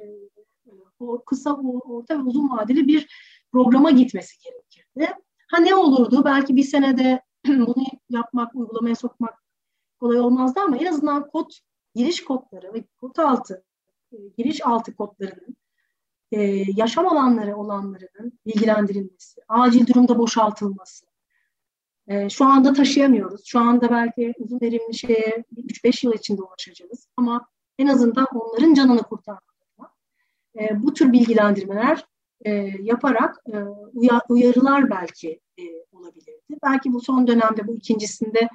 kısa, orta ve uzun vadeli bir programa gitmesi gerekirdi. Ne olurdu? Belki bir senede bunu yapmak, uygulamaya sokmak kolay olmazdı ama en azından giriş kodları ve kod altı, giriş altı kodlarının yaşam alanları olanlarının bilgilendirilmesi, acil durumda boşaltılması. Şu anda taşıyamıyoruz. Şu anda belki uzun erimli şeye 3-5 yıl içinde ulaşacağız. Ama en azından onların canını kurtarmak adına bu tür bilgilendirmeler yaparak uyarılar belki olabilirdi. Belki bu son dönemde, bu ikincisinde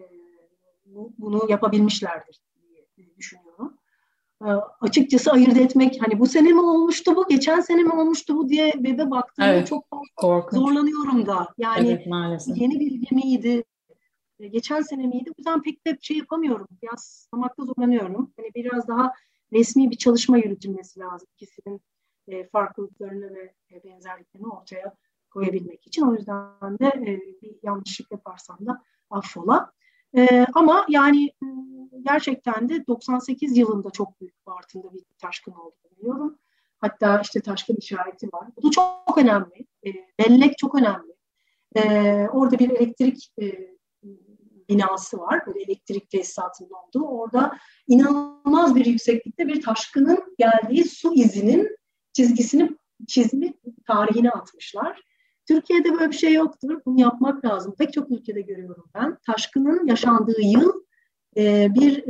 bunu yapabilmişlerdir diye düşünüyorum. Açıkçası ayırt etmek, bu sene mi olmuştu bu, geçen sene mi olmuştu bu diye web'e baktığımda çok zorlanıyorum da. Yani evet, maalesef. Yeni bilgi miydi, geçen sene miydi? O yüzden pek de şey yapamıyorum. Yaslamakta zorlanıyorum. Biraz daha resmi bir çalışma yürütülmesi lazım. İkisinin farklılıklarını ve benzerliklerini ortaya koyabilmek için. O yüzden de bir yanlışlık yaparsam da affola. Ama gerçekten de 98 yılında çok büyük Bartın'da bir taşkın olduğunu biliyorum. Hatta işte taşkın işareti var. Bu da çok önemli. Bellek çok önemli. Orada bir elektrik binası var. Böyle elektrik tesisatının olduğu. Orada inanılmaz bir yükseklikte bir taşkının geldiği su izinin çizimi tarihine atmışlar. Türkiye'de böyle bir şey yoktur. Bunu yapmak lazım. Pek çok ülkede görüyorum ben. Taşkının yaşandığı yıl bir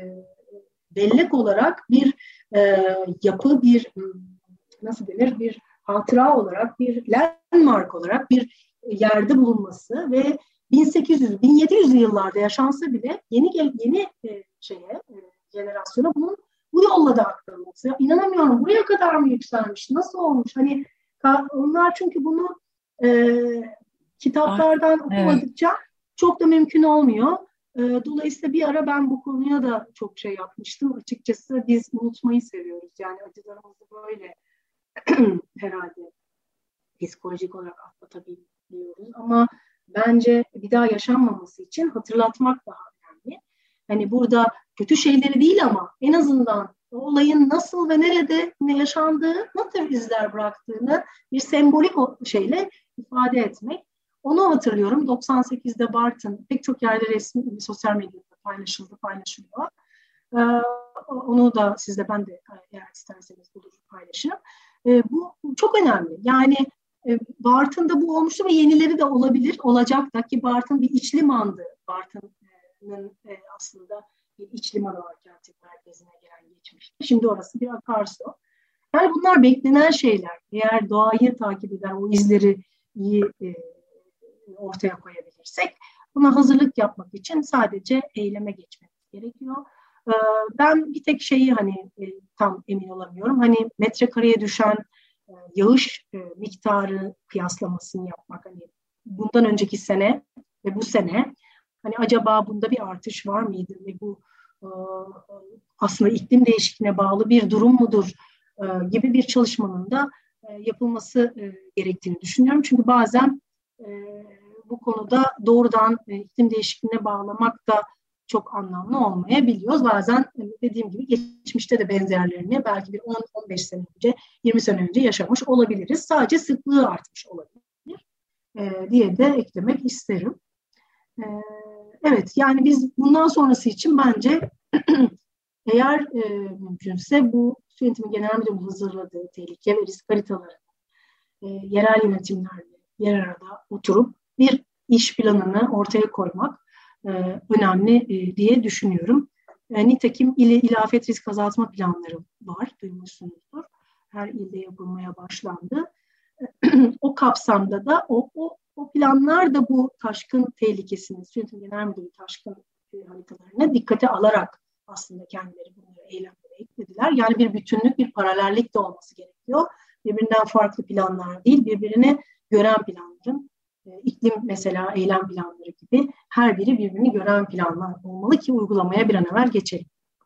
bellek olarak bir yapı, bir nasıl denir, bir hatıra olarak, bir landmark olarak bir yerde bulunması ve 1700'lü yıllarda yaşansa bile yeni jenerasyona bunun bu yolla da aktarılması. İnanamıyorum. Buraya kadar mı yükselmiş? Nasıl olmuş? Onlar çünkü bunu kitaplardan okumadıkça çok da mümkün olmuyor. Dolayısıyla bir ara ben bu konuya da çok şey yapmıştım. Açıkçası biz unutmayı seviyoruz. Yani acılarımızı böyle herhalde psikolojik olarak atlatabiliyoruz. Ama bence bir daha yaşanmaması için hatırlatmak daha önemli. Burada kötü şeyleri değil ama en azından olayın nasıl ve nerede ne yaşandığı, nasıl izler bıraktığını bir sembolik şeyle ifade etmek. Onu hatırlıyorum. 98'de Bartın pek çok yerde resmi sosyal medyada paylaşılıyor. Onu da sizle ben de eğer isterseniz bulur paylaşırım. Bu çok önemli. Bartın'da bu olmuştu ve yenileri de olacak da ki Bartın bir iç limandı. Bartın'ın aslında bir iç limanı var kentin merkezine gelen geçmişti. Şimdi orası bir akarsu. Bunlar beklenen şeyler. Eğer doğayı takip eder, o izleri iyi ortaya koyabilirsek buna hazırlık yapmak için sadece eyleme geçmemiz gerekiyor. Ben bir tek şeyi tam emin olamıyorum. Metrekareye düşen yağış miktarı kıyaslamasını yapmak. Bundan önceki sene ve bu sene acaba bunda bir artış var mıydı ve bu aslında iklim değişikliğine bağlı bir durum mudur gibi bir çalışmanın da yapılması gerektiğini düşünüyorum. Çünkü bazen bu konuda doğrudan iklim değişikliğine bağlamak da çok anlamlı olmayabiliyor. Bazen dediğim gibi geçmişte de benzerlerini belki bir 10-15 sene önce, 20 sene önce yaşamış olabiliriz. Sadece sıklığı artmış olabilir diye de eklemek isterim. Evet, yani biz bundan sonrası için bence eğer mümkünse bu su yönetimi genel müdürlüğünün hazırladığı tehlike ve risk haritaları yerel yönetimlerle yer arada oturup bir iş planını ortaya koymak önemli diye düşünüyorum. Nitekim ilafet risk azaltma planları var, duymuşsunuzdur. Her ilde yapılmaya başlandı. O kapsamda da o planlar da bu taşkın tehlikesini, su yönetimi genel müdürlüğü taşkın haritalarına dikkate alarak aslında kendileri bunları eylemlere eklediler. Yani bir bütünlük, bir paralellik de olması gerekiyor. Birbirinden farklı planlar değil, birbirini gören planların, iklim mesela eylem planları gibi her biri birbirini gören planlar olmalı ki uygulamaya bir an evvel geçelim.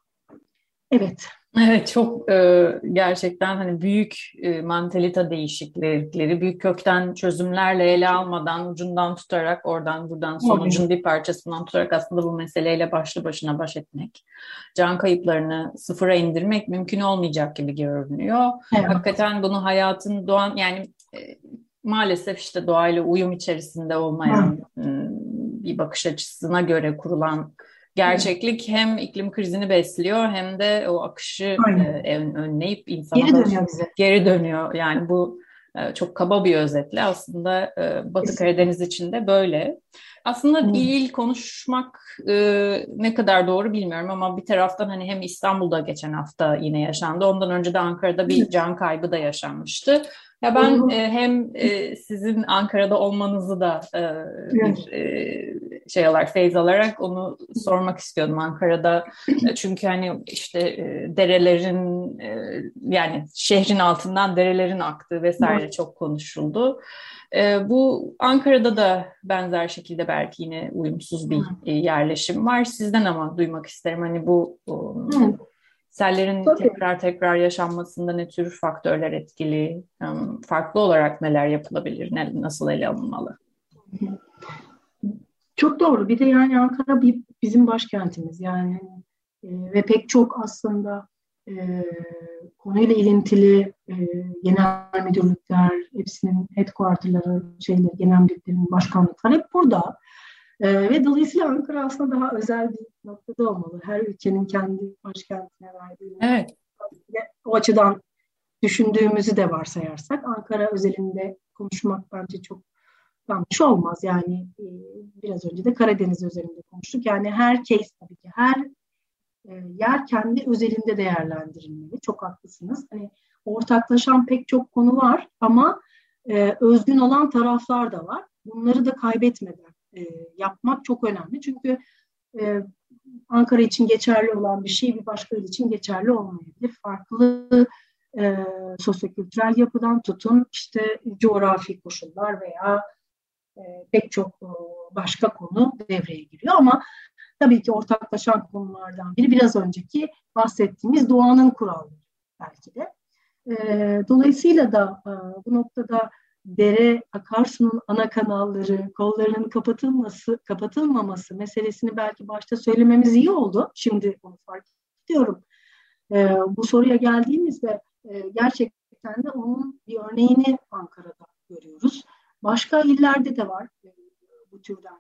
Evet. Evet, çok gerçekten hani büyük mantalite değişiklikleri, büyük kökten çözümlerle ele almadan, ucundan tutarak, oradan buradan sonucun bir parçasından tutarak aslında bu meseleyle başlı başına baş etmek, can kayıplarını sıfıra indirmek mümkün olmayacak gibi görünüyor. Evet. Hakikaten bunu hayatın doğan, yani maalesef işte doğayla uyum içerisinde olmayan bir bakış açısına göre kurulan gerçeklik hem iklim krizini besliyor hem de o akışı önleyip insana geri dönüyor. Yani bu çok kaba bir özetle aslında Batı Karadeniz için de böyle. Aslında il konuşmak ne kadar doğru bilmiyorum ama bir taraftan hani hem İstanbul'da geçen hafta yine yaşandı. Ondan önce de Ankara'da bir can kaybı da yaşanmıştı. Ya ben hem sizin Ankara'da olmanızı da bir şey olarak, feyz alarak onu sormak istiyordum Ankara'da. Çünkü hani işte derelerin yani şehrin altından derelerin aktığı vesaire çok konuşuldu. Bu Ankara'da da benzer şekilde belki yine uyumsuz bir yerleşim var. Sizden ama duymak isterim hani bu sellerin tekrar yaşanmasında ne tür faktörler etkili, farklı olarak neler yapılabilir, nasıl ele alınmalı? Çok doğru. Bir de yani Ankara bizim başkentimiz yani ve pek çok aslında konuyla ilintili genel müdürlükler, hepsinin headquarter'ları, genel müdürlüklerin başkanlıkları hep burada. Ve dolayısıyla Ankara aslında daha özel bir noktada olmalı. Her ülkenin kendi başkentine verdiği. Evet. O açıdan düşündüğümüzü de varsayarsak Ankara özelinde konuşmak bence çok yanlış olmaz. Yani biraz önce de Karadeniz özelinde konuştuk. Yani her case tabii ki her yer kendi özelinde değerlendirilmeli. Çok haklısınız. Hani ortaklaşan pek çok konu var ama özgün olan taraflar da var. Bunları da kaybetmeden yapmak çok önemli. Çünkü Ankara için geçerli olan bir şey bir başka il için geçerli olmayabilir. Farklı sosyokültürel yapıdan tutun işte coğrafi koşullar veya pek çok başka konu devreye giriyor ama tabii ki ortaklaşan konulardan biri biraz önceki bahsettiğimiz doğanın kuralları belki de. Dolayısıyla da bu noktada dere, akarsunun ana kanalları, kollarının kapatılmaması meselesini belki başta söylememiz iyi oldu. Şimdi onu fark ediyorum. Bu soruya geldiğimizde gerçekten de onun bir örneğini Ankara'da görüyoruz. Başka illerde de var bu türden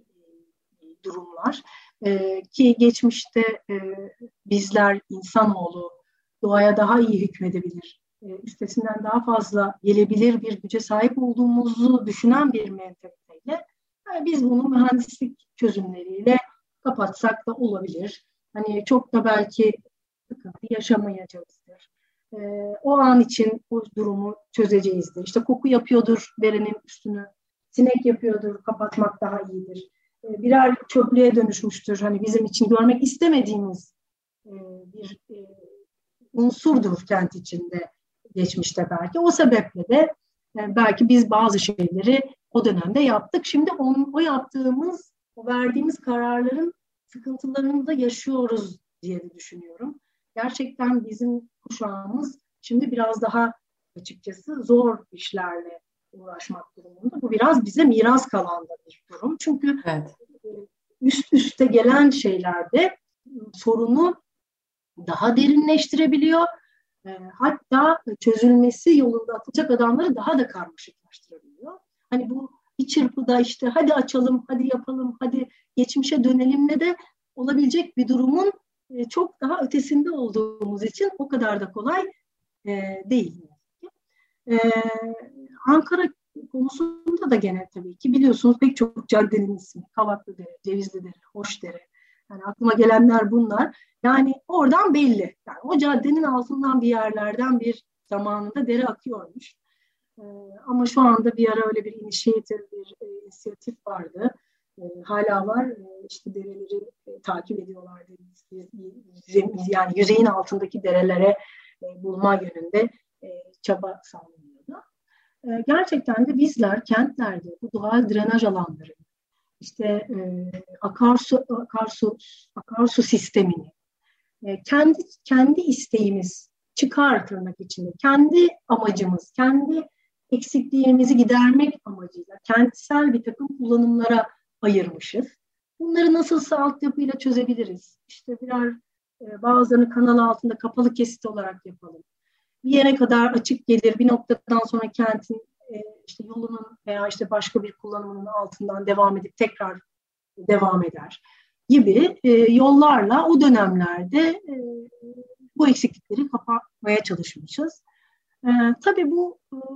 durumlar. Ki geçmişte bizler insanoğlu doğaya daha iyi hükmedebilir, üstesinden daha fazla gelebilir bir güce sahip olduğumuzu düşünen bir mentaliteyle biz bunu mühendislik çözümleriyle kapatsak da olabilir. Hani çok da belki sıkıntı yaşamayacağızdır. O an için o durumu çözeceğizdir. İşte koku yapıyordur derenin üstünü, sinek yapıyordur, kapatmak daha iyidir. Birer çöplüğe dönüşmüştür. Hani bizim için görmek istemediğimiz bir unsurdur kent içinde geçmişte belki. O sebeple de belki biz bazı şeyleri o dönemde yaptık. Şimdi o yaptığımız, o verdiğimiz kararların sıkıntılarını da yaşıyoruz diye düşünüyorum. Gerçekten bizim kuşağımız şimdi biraz daha açıkçası zor işlerle uğraşmak durumunda. Bu biraz bize miras kalan da bir durum. Çünkü Evet. üst üste gelen şeylerde sorunu daha derinleştirebiliyor. Hatta çözülmesi yolunda atılacak adamları daha da karmaşıklaştırabiliyor. Hani bu bir çırpıda işte hadi açalım, hadi yapalım, hadi geçmişe dönelimle de olabilecek bir durumun çok daha ötesinde olduğumuz için o kadar da kolay değil. Ankara konusunda da gene tabii ki biliyorsunuz pek çok caddenin ismi. Kavaklıdere, Cevizlidere, Hoşdere. Yani aklıma gelenler bunlar. Yani oradan belli. Yani o caddenin altından bir yerlerden bir zamanında dere akıyormuş. Ama şu anda bir ara öyle bir inisiyatif vardı. Hala var. İşte dereleri takip ediyorlar. Yani yüzeyin altındaki derelere bulma yönünde çaba sağlanıyordu. Gerçekten de bizler kentlerde bu doğal drenaj alanları, işte akarsu sistemini kendi isteğimiz çıkar tırnak içinde, kendi amacımız, kendi eksikliğimizi gidermek amacıyla kentsel bir takım kullanımlara ayırmışız. Bunları nasılsa altyapıyla çözebiliriz. İşte bazılarını kanal altında kapalı kesit olarak yapalım. Bir yere kadar açık gelir, bir noktadan sonra kentin işte yolunun veya işte başka bir kullanımının altından devam edip tekrar devam eder gibi yollarla o dönemlerde bu eksiklikleri kapatmaya çalışmışız. Tabii bu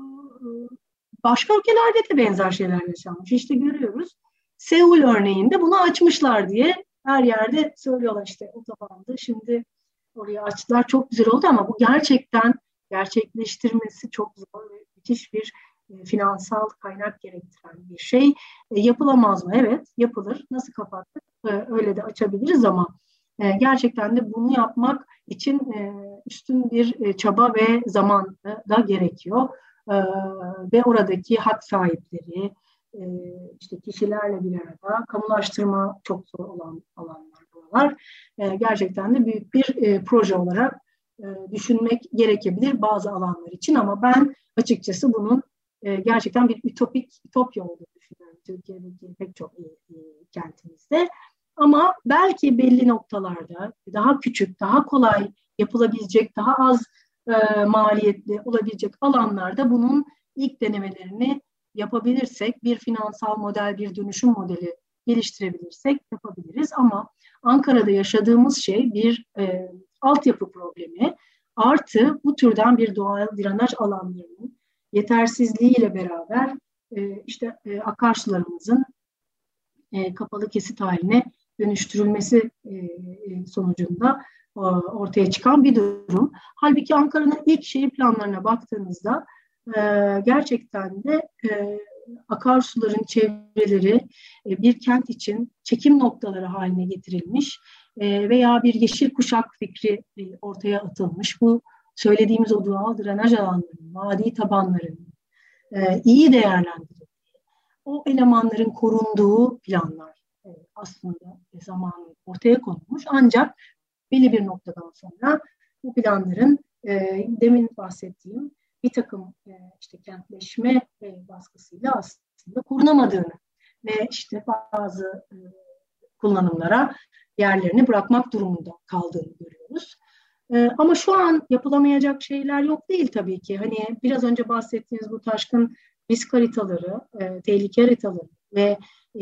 başka ülkelerde de benzer şeyler yaşanmış. İşte görüyoruz. Seul örneğinde bunu açmışlar diye her yerde söylüyorlar işte otobandı. Şimdi oraya açtılar. Çok güzel oldu ama bu gerçekten gerçekleştirmesi çok zor ve müthiş bir finansal kaynak gerektiren bir şey. Yapılamaz mı? Evet, yapılır. Nasıl kapattık? Öyle de açabiliriz ama gerçekten de bunu yapmak için üstün bir çaba ve zaman da gerekiyor. Ve oradaki hak sahipleri, işte kişilerle bir arada kamulaştırma çok zor olan alanlar buralar. Gerçekten de büyük bir proje olarak düşünmek gerekebilir bazı alanlar için ama ben açıkçası bunun gerçekten bir ütopya olduğunu düşünüyorum Türkiye'deki pek çok kentimizde. Ama belki belli noktalarda daha küçük, daha kolay yapılabilecek, daha az maliyetli olabilecek alanlarda bunun ilk denemelerini yapabilirsek, bir finansal model, bir dönüşüm modeli geliştirebilirsek yapabiliriz. Ama Ankara'da yaşadığımız şey bir altyapı problemi artı bu türden bir doğal drenaj alanlarının yetersizliğiyle beraber işte akarsularımızın kapalı kesit haline dönüştürülmesi sonucunda ortaya çıkan bir durum. Halbuki Ankara'nın ilk şehir planlarına baktığınızda gerçekten de akarsuların çevreleri bir kent için çekim noktaları haline getirilmiş veya bir yeşil kuşak fikri ortaya atılmış. Bu söylediğimiz o doğal drenaj alanlarının, vadi tabanlarının iyi değerlendirildiği, o elemanların korunduğu planlar aslında zamanında ortaya konulmuş. Ancak belli bir noktadan sonra bu planların demin bahsettiğim bir takım işte kentleşme baskısıyla aslında korunamadığını ve işte bazı kullanımlara yerlerini bırakmak durumunda kaldığını görüyoruz. Ama şu an yapılamayacak şeyler yok değil tabii ki. Hani biraz önce bahsettiğiniz bu taşkın risk haritaları, tehlike haritaları ve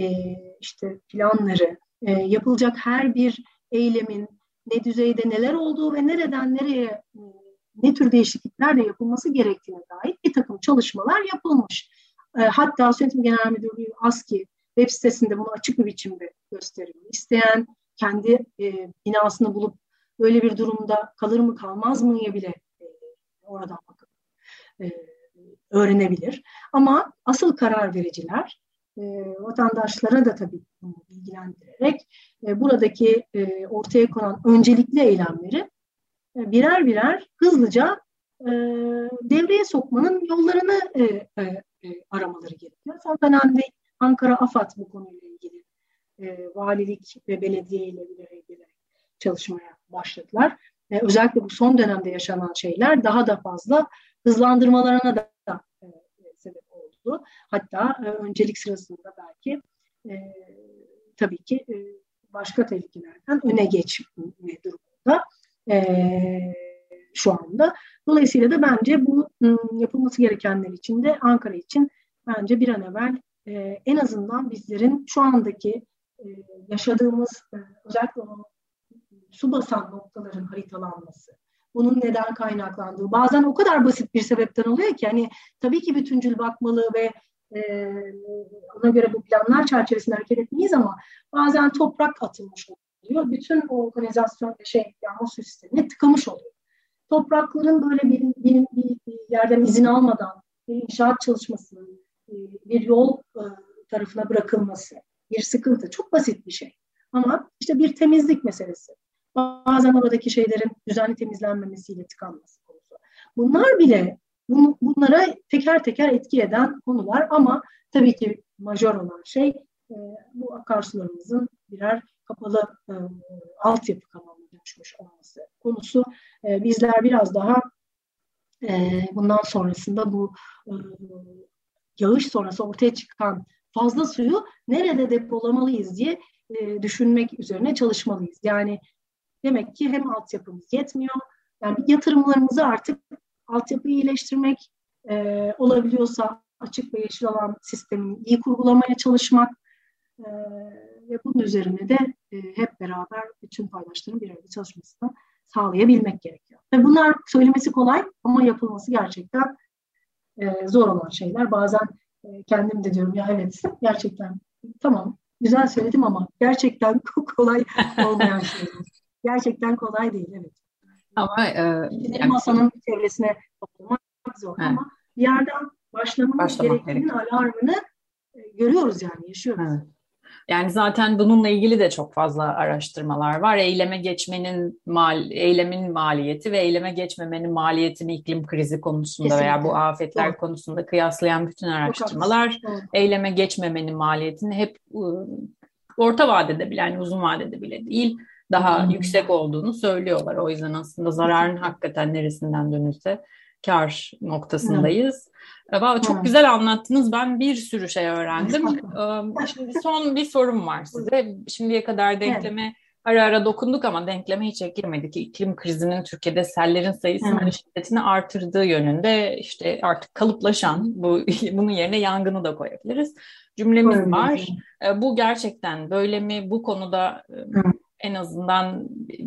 işte planları, yapılacak her bir eylemin ne düzeyde neler olduğu ve nereden nereye ne tür değişikliklerle yapılması gerektiğine dair bir takım çalışmalar yapılmış. Hatta Yönetim Genel Müdürlüğü ASKİ web sitesinde bunu açık bir biçimde gösteriyor. İsteyen kendi binasını bulup böyle bir durumda kalır mı kalmaz mı bile oradan bakıp öğrenebilir. Ama asıl karar vericiler vatandaşlara da tabii bunu bilgilendirerek buradaki ortaya konan öncelikli eylemleri birer birer hızlıca devreye sokmanın yollarını aramaları gerekiyor. Son dönemde Ankara AFAD bu konuyla ilgili valilik ve belediye ile bir araya gelerek çalışmaya başladılar. Özellikle bu son dönemde yaşanan şeyler daha da fazla hızlandırmalarına da sebep oldu. Hatta öncelik sırasında belki tabii ki başka tehlikelerden öne geçme durumunda şu anda. Dolayısıyla da bence bu yapılması gerekenler için de Ankara için bence bir an evvel en azından bizlerin şu andaki yaşadığımız özellikle o su basan noktaların haritalanması, bunun neden kaynaklandığı bazen o kadar basit bir sebepten oluyor ki hani tabii ki bütüncül bakmalı ve ona göre bu planlar çerçevesinde hareket etmeyiz ama bazen toprak atılmış oluyor. Bütün o organizasyon yağmur su sistemine tıkamış oluyor. Toprakların böyle bir yerden izin almadan bir inşaat çalışması, bir yol tarafına bırakılması, bir sıkıntı. Çok basit bir şey. Ama işte bir temizlik meselesi. Bazen oradaki şeylerin düzenli temizlenmemesiyle tıkanması konusu. Bunlar bile bunlara teker teker etki eden konular ama tabii ki majör olan şey bu akarsularımızın birer kapalı altyapı kanalına dönüşmüş olması konusu. Bizler biraz daha bundan sonrasında bu yağış sonrası ortaya çıkan fazla suyu nerede depolamalıyız diye düşünmek üzerine çalışmalıyız. Yani demek ki hem altyapımız yetmiyor, yani yatırımlarımızı artık altyapıyı iyileştirmek, olabiliyorsa açık ve yeşil alan sistemini iyi kurgulamaya çalışmak ve bunun üzerine de hep beraber bütün paydaşların bir arada çalışmasını sağlayabilmek gerekiyor. Ve bunlar söylemesi kolay ama yapılması gerçekten zor olan şeyler. Bazen kendim de diyorum ya evet gerçekten tamam güzel söyledim ama gerçekten kolay olmayan şeyler. Gerçekten kolay değil evet. Ama yani, masanın çevresine toplamak zor ama bir yerden başlamamız gerektiğinin alarmını görüyoruz yani yaşıyoruz. Evet. Yani zaten bununla ilgili de çok fazla araştırmalar var. Eylemin maliyeti ve eyleme geçmemenin maliyetini iklim krizi konusunda kesinlikle veya bu afetler konusunda kıyaslayan bütün araştırmalar eyleme geçmemenin maliyetini hep orta vadede bile yani uzun vadede bile değil daha yüksek olduğunu söylüyorlar. O yüzden aslında zararın hakikaten neresinden dönülse kar noktasındayız. Çok güzel anlattınız. Ben bir sürü şey öğrendim. Şimdi son bir sorum var size. Şimdiye kadar denkleme ara ara dokunduk ama denkleme hiç girmedik. İklim krizinin Türkiye'de sellerin sayısını ve şiddetini artırdığı yönünde işte artık kalıplaşan bunun yerine yangını da koyabiliriz. Cümlemiz var. Bu gerçekten böyle mi? Bu konuda en azından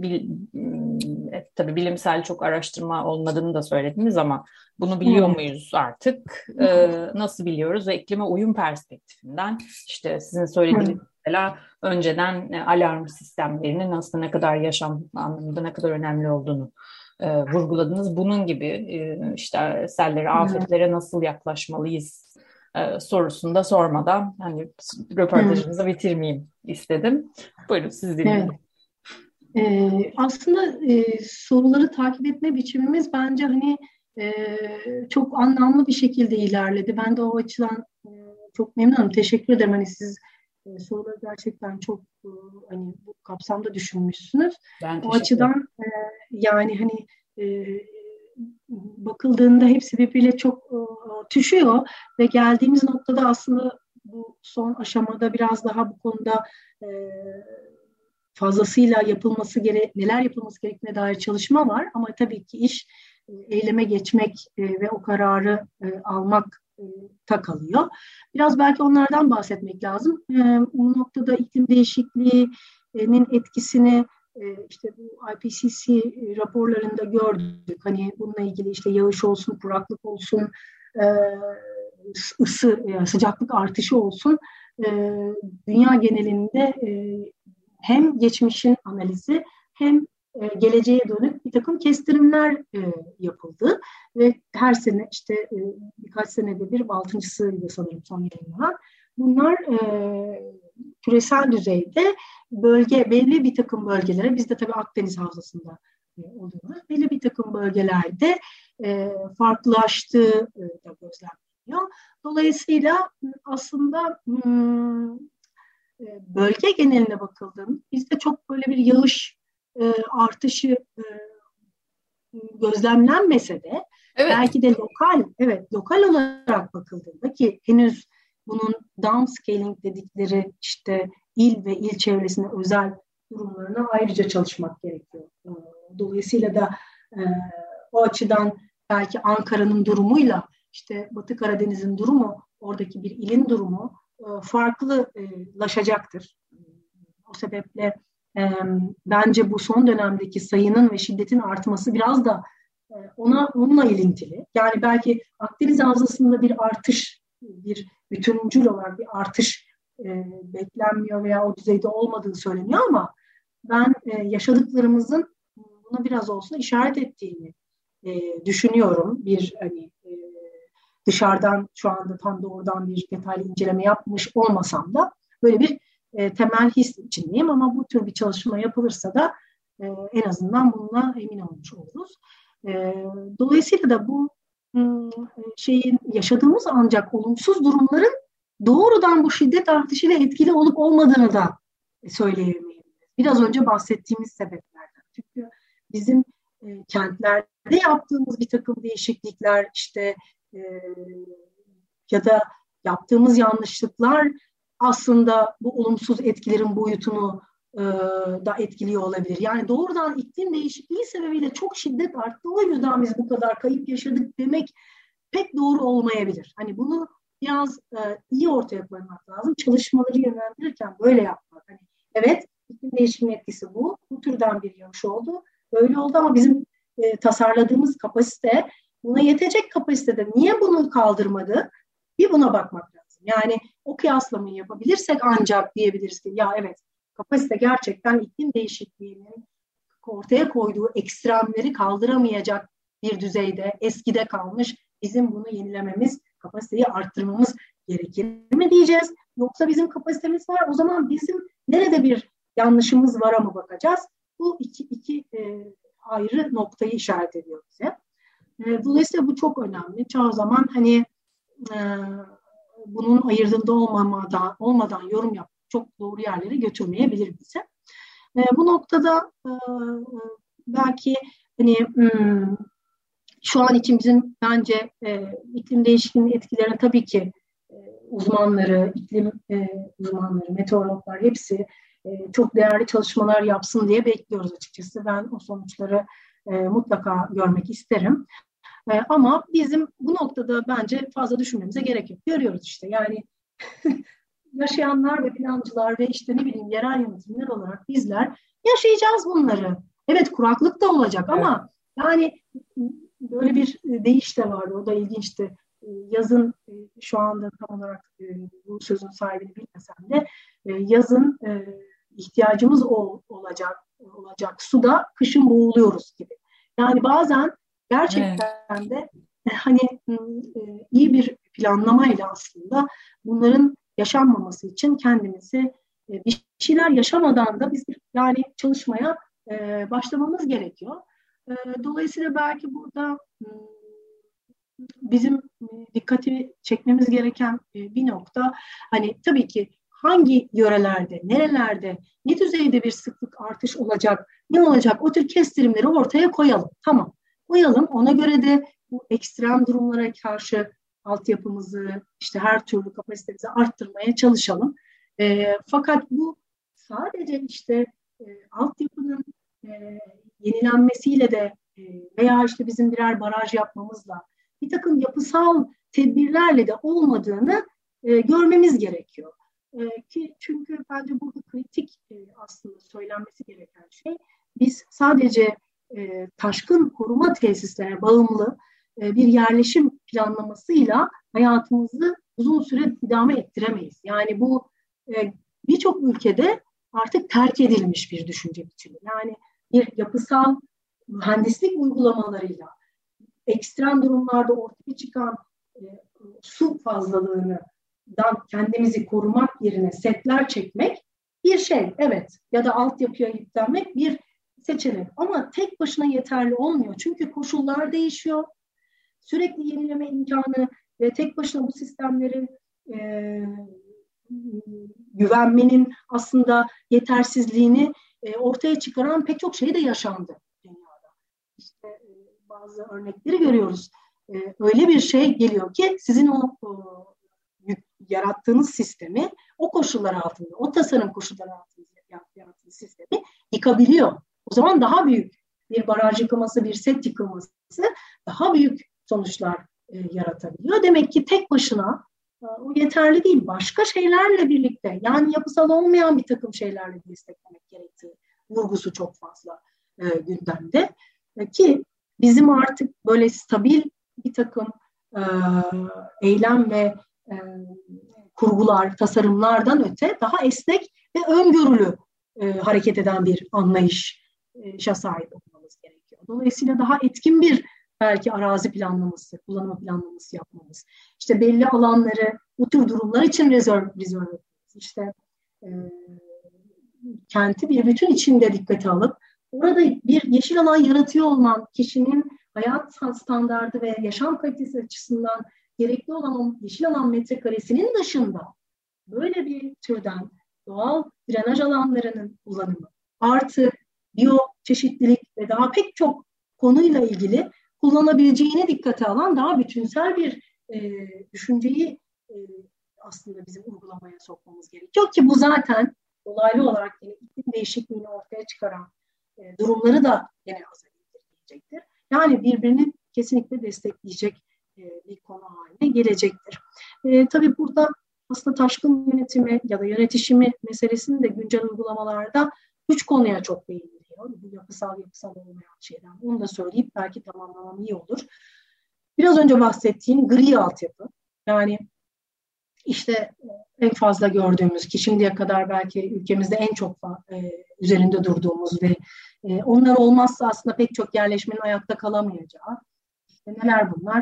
tabii bilimsel çok araştırma olmadığını da söylediniz ama bunu biliyor muyuz artık? Nasıl biliyoruz? Ve iklime uyum perspektifinden işte sizin söylediğiniz mesela önceden alarm sistemlerinin aslında ne kadar yaşam anlamında ne kadar önemli olduğunu vurguladınız. Bunun gibi işte sellere, afetlere nasıl yaklaşmalıyız sorusunu da sormadan hani röportajımızı bitirmeyeyim istedim. Buyurun siz dinleyin. Evet. Aslında soruları takip etme biçimimiz bence hani çok anlamlı bir şekilde ilerledi. Ben de o açıdan çok memnunum. Teşekkür ederim. Hani siz soruları gerçekten çok hani bu kapsamda düşünmüşsünüz. O açıdan yani hani bakıldığında hepsi birbiriyle çok tüşüyor ve geldiğimiz noktada aslında bu son aşamada biraz daha bu konuda fazlasıyla neler yapılması gerektiğine dair çalışma var. Ama tabii ki iş eyleme geçmek ve o kararı almak kalıyor. Biraz belki onlardan bahsetmek lazım. Bu noktada iklim değişikliğinin etkisini işte bu IPCC raporlarında gördük. Hani bununla ilgili işte yağış olsun, kuraklık olsun, sıcaklık artışı olsun. Dünya genelinde hem geçmişin analizi hem geleceğe dönük bir takım kestirimler yapıldı ve her sene işte birkaç senede bir 6.sıydı sanırım son yayınlanan. Bunlar küresel düzeyde belli bir takım bölgelere, biz de tabii Akdeniz Havzası'nda oluyoruz, belli bir takım bölgelerde farklılaştığı da gözlemleniyor. Dolayısıyla aslında bölge geneline bakıldığında bizde çok böyle bir yağış artışı gözlemlenmese de Evet. Belki de lokal olarak bakıldığında ki henüz bunun downscaling dedikleri işte il ve il çevresine özel durumlarına ayrıca çalışmak gerekiyor. Dolayısıyla da o açıdan belki Ankara'nın durumuyla işte Batı Karadeniz'in durumu, oradaki bir ilin durumu farklılaşacaktır. O sebeple bence bu son dönemdeki sayının ve şiddetin artması biraz da onunla ilintili. Yani belki Akdeniz Havzası'nda bir artış, bir bütüncül olarak bir artış beklenmiyor veya o düzeyde olmadığı söyleniyor ama ben yaşadıklarımızın buna biraz olsun işaret ettiğini düşünüyorum. Dışarıdan şu anda tam doğrudan bir detaylı inceleme yapmış olmasam da böyle bir temel his içindeyim ama bu tür bir çalışma yapılırsa da en azından bununla emin olmuş oluruz. Dolayısıyla da bu yaşadığımız ancak olumsuz durumların doğrudan bu şiddet artışıyla etkili olup olmadığını da söyleyemeyiz. Biraz önce bahsettiğimiz sebeplerden. Çünkü bizim kentlerde yaptığımız bir takım değişiklikler ya da yaptığımız yanlışlıklar aslında bu olumsuz etkilerin boyutunu da etkiliyor olabilir. Yani doğrudan iklim değişikliği sebebiyle çok şiddet arttı. O yüzden biz bu kadar kayıp yaşadık demek pek doğru olmayabilir. Hani bunu biraz iyi ortaya koymak lazım. Çalışmaları yönlendirirken böyle yapmak. Hani, evet, iklim değişikliğinin etkisi bu. Bu türden bir yağış oldu. Böyle oldu ama bizim tasarladığımız kapasite buna yetecek kapasitede. Niye bunu kaldırmadı? Bir buna bakmak lazım. Yani o kıyaslamayı yapabilirsek ancak diyebiliriz ki ya evet, kapasite gerçekten iklim değişikliğinin ortaya koyduğu ekstremleri kaldıramayacak bir düzeyde, eskide kalmış. Bizim bunu yenilememiz, kapasiteyi arttırmamız gerekir mi diyeceğiz? Yoksa bizim kapasitemiz var, o zaman bizim nerede bir yanlışımız vara mı bakacağız? Bu iki ayrı noktayı işaret ediyor bize. Dolayısıyla bu çok önemli. Çoğu zaman hani bunun ayırdığında olmadan yorum yapmak çok doğru yerlere götürmeyebilir bizi. Bu noktada belki hani şu an için bizim bence iklim değişikliğinin etkilerini tabii ki uzmanları, iklim uzmanları, meteorologlar hepsi çok değerli çalışmalar yapsın diye bekliyoruz açıkçası. Ben o sonuçları mutlaka görmek isterim. Ama bizim bu noktada bence fazla düşünmemize gerek yok. Görüyoruz işte yani yaşayanlar ve plancılar ve işte ne bileyim yerel yönetimler olarak bizler yaşayacağız bunları. Evet, kuraklık da olacak ama yani böyle bir deyiş de vardı. O da ilginçti. Yazın şu anda tam olarak bu sözün sahibini bilmesem de yazın ihtiyacımız olacak suda kışın boğuluyoruz gibi. Yani bazen gerçekten de hani iyi bir planlamayla aslında bunların yaşanmaması için kendimizi bir şeyler yaşamadan da biz yani çalışmaya başlamamız gerekiyor. Dolayısıyla belki burada bizim dikkati çekmemiz gereken bir nokta hani tabii ki hangi yörelerde, nerelerde, ne düzeyde bir sıklık artış olacak, ne olacak o tür kestirimleri ortaya koyalım. Tamam, koyalım. Ona göre de bu ekstrem durumlara karşı altyapımızı, işte her türlü kapasitemizi arttırmaya çalışalım. Fakat bu sadece işte altyapının yenilenmesiyle de veya işte bizim birer baraj yapmamızla bir takım yapısal tedbirlerle de olmadığını görmemiz gerekiyor. Çünkü bence burada kritik aslında söylenmesi gereken şey biz sadece taşkın koruma tesislerine bağımlı bir yerleşim planlamasıyla hayatımızı uzun süre idame ettiremeyiz. Yani bu birçok ülkede artık terk edilmiş bir düşünce biçimi. Yani bir yapısal mühendislik uygulamalarıyla ekstrem durumlarda ortaya çıkan su fazlalığından kendimizi korumak yerine setler çekmek bir şey, evet, ya da altyapıya yüklenmek bir seçenek ama tek başına yeterli olmuyor. Çünkü koşullar değişiyor. Sürekli yenileme imkanı ve tek başına bu sistemlerin güvenmenin aslında yetersizliğini ortaya çıkaran pek çok şey de yaşandı dünyada. İşte bazı örnekleri görüyoruz. öyle bir şey geliyor ki sizin o yarattığınız sistemi o koşullar altında, o tasarım koşulları altında yarattığınız sistemi yıkabiliyor. O zaman daha büyük bir baraj yıkılması, bir set yıkılması daha büyük sonuçlar yaratabiliyor. Demek ki tek başına o yeterli değil. Başka şeylerle birlikte, yani yapısal olmayan bir takım şeylerle desteklemek gerektiği vurgusu çok fazla gündemde. Ki bizim artık böyle stabil bir takım eylem ve kurgular, tasarımlardan öte daha esnek ve öngörülü hareket eden bir anlayışa sahip olmamız gerekiyor. Dolayısıyla daha etkin bir belki arazi planlaması, kullanım planlaması yapmamız. İşte belli alanları bu tür durumlar için rezerv etmemiz. İşte kenti bir bütün içinde dikkate alıp orada bir yeşil alan yaratıyor olman kişinin hayat standardı ve yaşam kalitesi açısından gerekli olan o yeşil alan metrekaresinin dışında böyle bir türden doğal drenaj alanlarının kullanımı artı biyoçeşitlilik ve daha pek çok konuyla ilgili kullanabileceğine dikkate alan daha bütünsel bir düşünceyi aslında bizim uygulamaya sokmamız gerekiyor ki bu zaten dolaylı olarak yine iklim değişikliğini ortaya çıkaran durumları da yine azaltacaktır. Yani birbirini kesinlikle destekleyecek bir konu haline gelecektir. Tabii burada aslında taşkın yönetimi ya da yönetişimi meselesinin de güncel uygulamalarda 3 konuya çok değiniliyor. Bu yapısal olmayan şeyden. Onu da söyleyip belki tamamlamam iyi olur. Biraz önce bahsettiğim gri altyapı. Yani işte en fazla gördüğümüz ki şimdiye kadar belki ülkemizde en çok üzerinde durduğumuz ve onlar olmazsa aslında pek çok yerleşmenin ayakta kalamayacağı. İşte neler bunlar?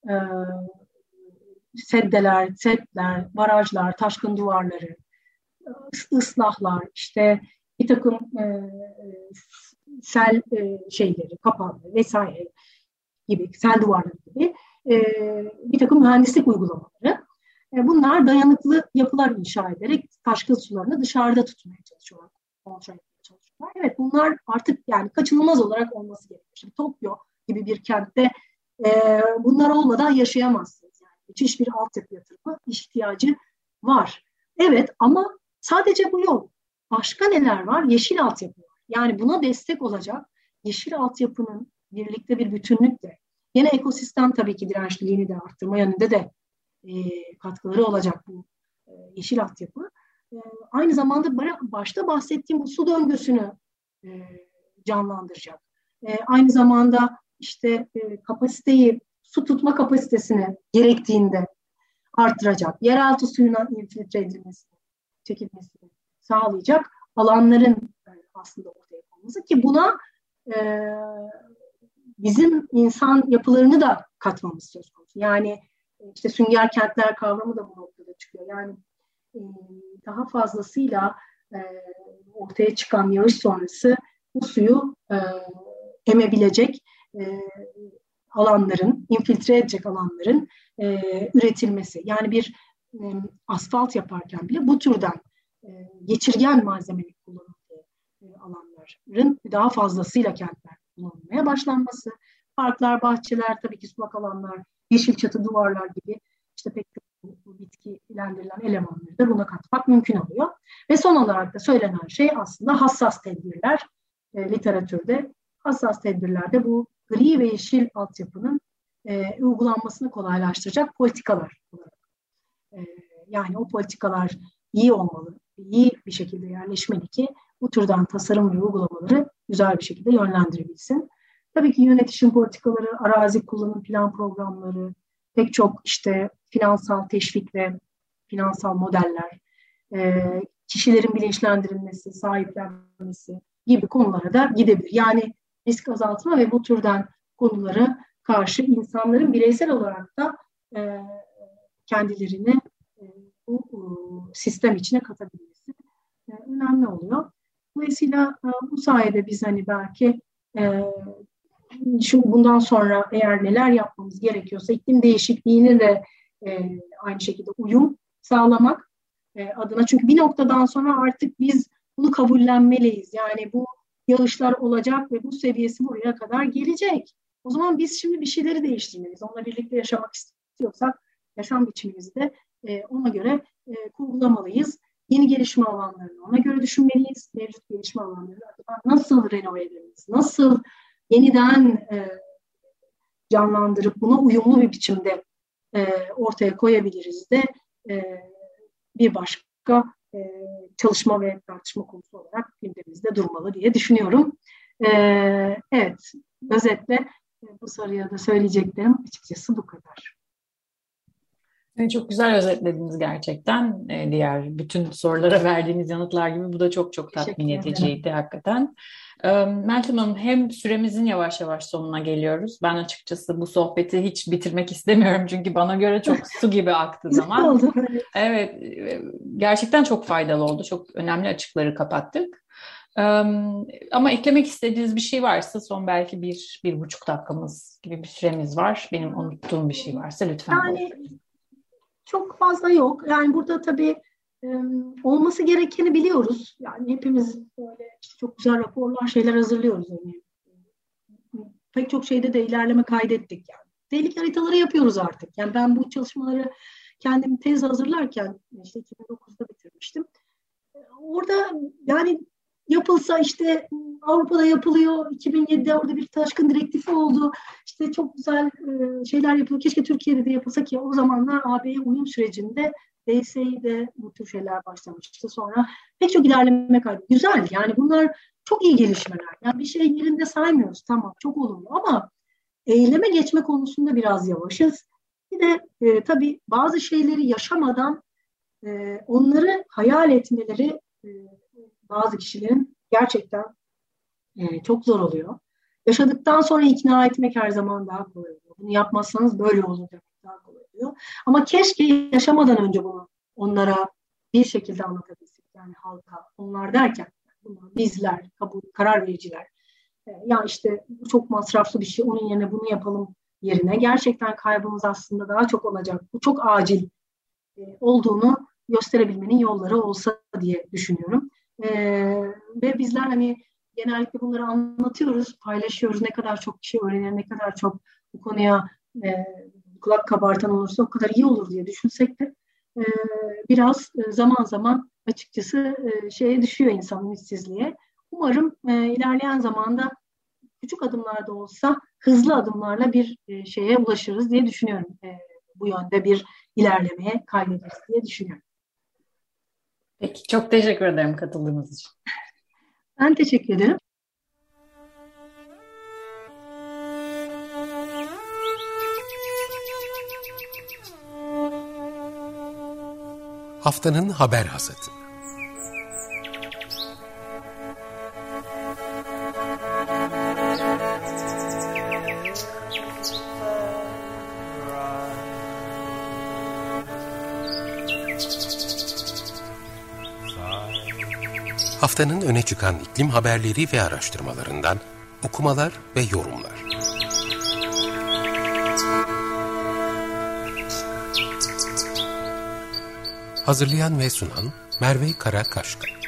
Seddeler, setler, barajlar, taşkın duvarları, ıslahlar, işte bir takım sel şeyleri, kapanma vesaire gibi, sel duvarları gibi bir takım mühendislik uygulamaları. Bunlar dayanıklı yapılar inşa ederek taşkın sularını dışarıda tutmaya çalışıyorlar, kontrol etmeye çalışıyorlar. Evet, bunlar artık yani kaçınılmaz olarak olması gerekiyor. Şimdi Tokyo gibi bir kentte bunlar olmadan yaşayamazsınız. Yani müthiş bir altyapı yatırımı ihtiyacı var. Evet ama sadece bu yok. Başka neler var? Yeşil altyapı var. Yani buna destek olacak yeşil altyapının birlikte bir bütünlükle yine ekosistem tabii ki dirençliliğini de arttırma yönünde de katkıları olacak bu yeşil altyapı. Aynı zamanda başta bahsettiğim bu su döngüsünü canlandıracak. Aynı zamanda işte kapasiteyi, su tutma kapasitesini gerektiğinde arttıracak. Yeraltı suyuna infiltre edilmesini, çekilmesini sağlayacak alanların aslında ortaya konması ki buna bizim insan yapılarını da katmamız söz konusu. Yani işte sünger kentler kavramı da bu noktada çıkıyor. Yani daha fazlasıyla ortaya çıkan yağış sonrası bu suyu emebilecek alanların, infiltre edecek alanların üretilmesi. Yani bir asfalt yaparken bile bu türden geçirgen malzemenin kullanıldığı alanların daha fazlasıyla kentler kullanılmaya başlanması. Parklar, bahçeler, tabii ki sulak alanlar, yeşil çatı duvarlar gibi işte pek çok bitkilendirilen elemanları da buna katmak mümkün oluyor. Ve son olarak da söylenen şey aslında hassas tedbirler. Literatürde hassas tedbirlerde bu gri ve yeşil altyapının uygulanmasını kolaylaştıracak politikalar olarak. Yani o politikalar iyi olmalı, iyi bir şekilde yerleşmeli ki bu türden tasarım ve uygulamaları güzel bir şekilde yönlendirebilsin. Tabii ki yönetişim politikaları, arazi kullanım plan programları, pek çok işte finansal teşvik ve finansal modeller, kişilerin bilinçlendirilmesi, sahiplenmesi gibi konulara da gidebilir. Yani risk azaltma ve bu türden konulara karşı insanların bireysel olarak da kendilerini bu sistem içine katabilmesi önemli oluyor. Dolayısıyla bu sayede biz hani belki bundan sonra eğer neler yapmamız gerekiyorsa iklim değişikliğini de aynı şekilde uyum sağlamak adına. Çünkü bir noktadan sonra artık biz bunu kabullenmeliyiz. Yani bu yağışlar olacak ve bu seviyesi buraya kadar gelecek. O zaman biz şimdi bir şeyleri değiştirmeliyiz. Onunla birlikte yaşamak istiyorsak yaşam biçimimizi de ona göre kurgulamalıyız. Yeni gelişme alanlarını ona göre düşünmeliyiz. Mevcut gelişme alanlarını nasıl renove edebiliriz? Nasıl yeniden canlandırıp buna uyumlu bir biçimde ortaya koyabiliriz de bir başka çalışma ve tartışma konusu olarak gündemimizde durmalı diye düşünüyorum. Evet, özetle bu soruya da söyleyeceklerim açıkçası bu kadar. Çok güzel özetlediniz gerçekten. Diğer bütün sorulara verdiğiniz yanıtlar gibi bu da çok çok tatmin ediciydi hakikaten. Meltem Hanım, hem süremizin yavaş yavaş sonuna geliyoruz. Ben açıkçası bu sohbeti hiç bitirmek istemiyorum çünkü bana göre çok su gibi aktı zaman. Oldu. Evet, gerçekten çok faydalı oldu. Çok önemli açıkları kapattık. Ama eklemek istediğiniz bir şey varsa son belki 1,5 dakikamız gibi bir süremiz var. Benim unuttuğum bir şey varsa lütfen. Yani çok fazla yok. Yani burada tabii olması gerekeni biliyoruz. Yani hepimiz böyle işte çok güzel raporlar, şeyler hazırlıyoruz. Yani. Pek çok şeyde de ilerleme kaydettik yani. Tehlike haritaları yapıyoruz artık. Yani ben bu çalışmaları kendim tez hazırlarken işte 2009'da bitirmiştim. Orada yani yapılsa işte Avrupa'da yapılıyor. 2007'de orada bir taşkın direktifi oldu. İşte çok güzel şeyler yapılıyor. Keşke Türkiye'de de yapılsa ki o zamanlar AB'ye uyum sürecinde DSİ'de bu tür şeyler başlamıştı. Sonra pek çok ilerleme kaydı. Güzel yani bunlar çok iyi gelişmeler. Yani bir şey yerinde saymıyoruz. Tamam çok olumlu ama eyleme geçme konusunda biraz yavaşız. Bir de tabii bazı şeyleri yaşamadan onları hayal etmeleri bazı kişilerin gerçekten çok zor oluyor. Yaşadıktan sonra ikna etmek her zaman daha kolay oluyor. Bunu yapmazsanız böyle olur demek daha kolay oluyor. Ama keşke yaşamadan önce bunu onlara bir şekilde anlatabilsek. Yani halka, onlar derken bizler, karar vericiler. Ya işte bu çok masraflı bir şey, onun yerine bunu yapalım yerine gerçekten kaybımız aslında daha çok olacak. Bu çok acil olduğunu gösterebilmenin yolları olsa diye düşünüyorum. Ve bizler hani genellikle bunları anlatıyoruz, paylaşıyoruz. Ne kadar çok kişi öğrenir, ne kadar çok bu konuya kulak kabartan olursa o kadar iyi olur diye düşünsek de biraz zaman zaman açıkçası şeye düşüyor insan ümitsizliğe. Umarım ilerleyen zamanda küçük adımlarda olsa hızlı adımlarla bir şeye ulaşırız diye düşünüyorum. Bu yönde bir ilerlemeye kaydederiz diye düşünüyorum. Peki, çok teşekkür ederim katıldığınız için. Ben teşekkür ederim. Haftanın haber hasadı. Haftanın öne çıkan iklim haberleri ve araştırmalarından okumalar ve yorumlar. Hazırlayan ve sunan Merve Karakaşka.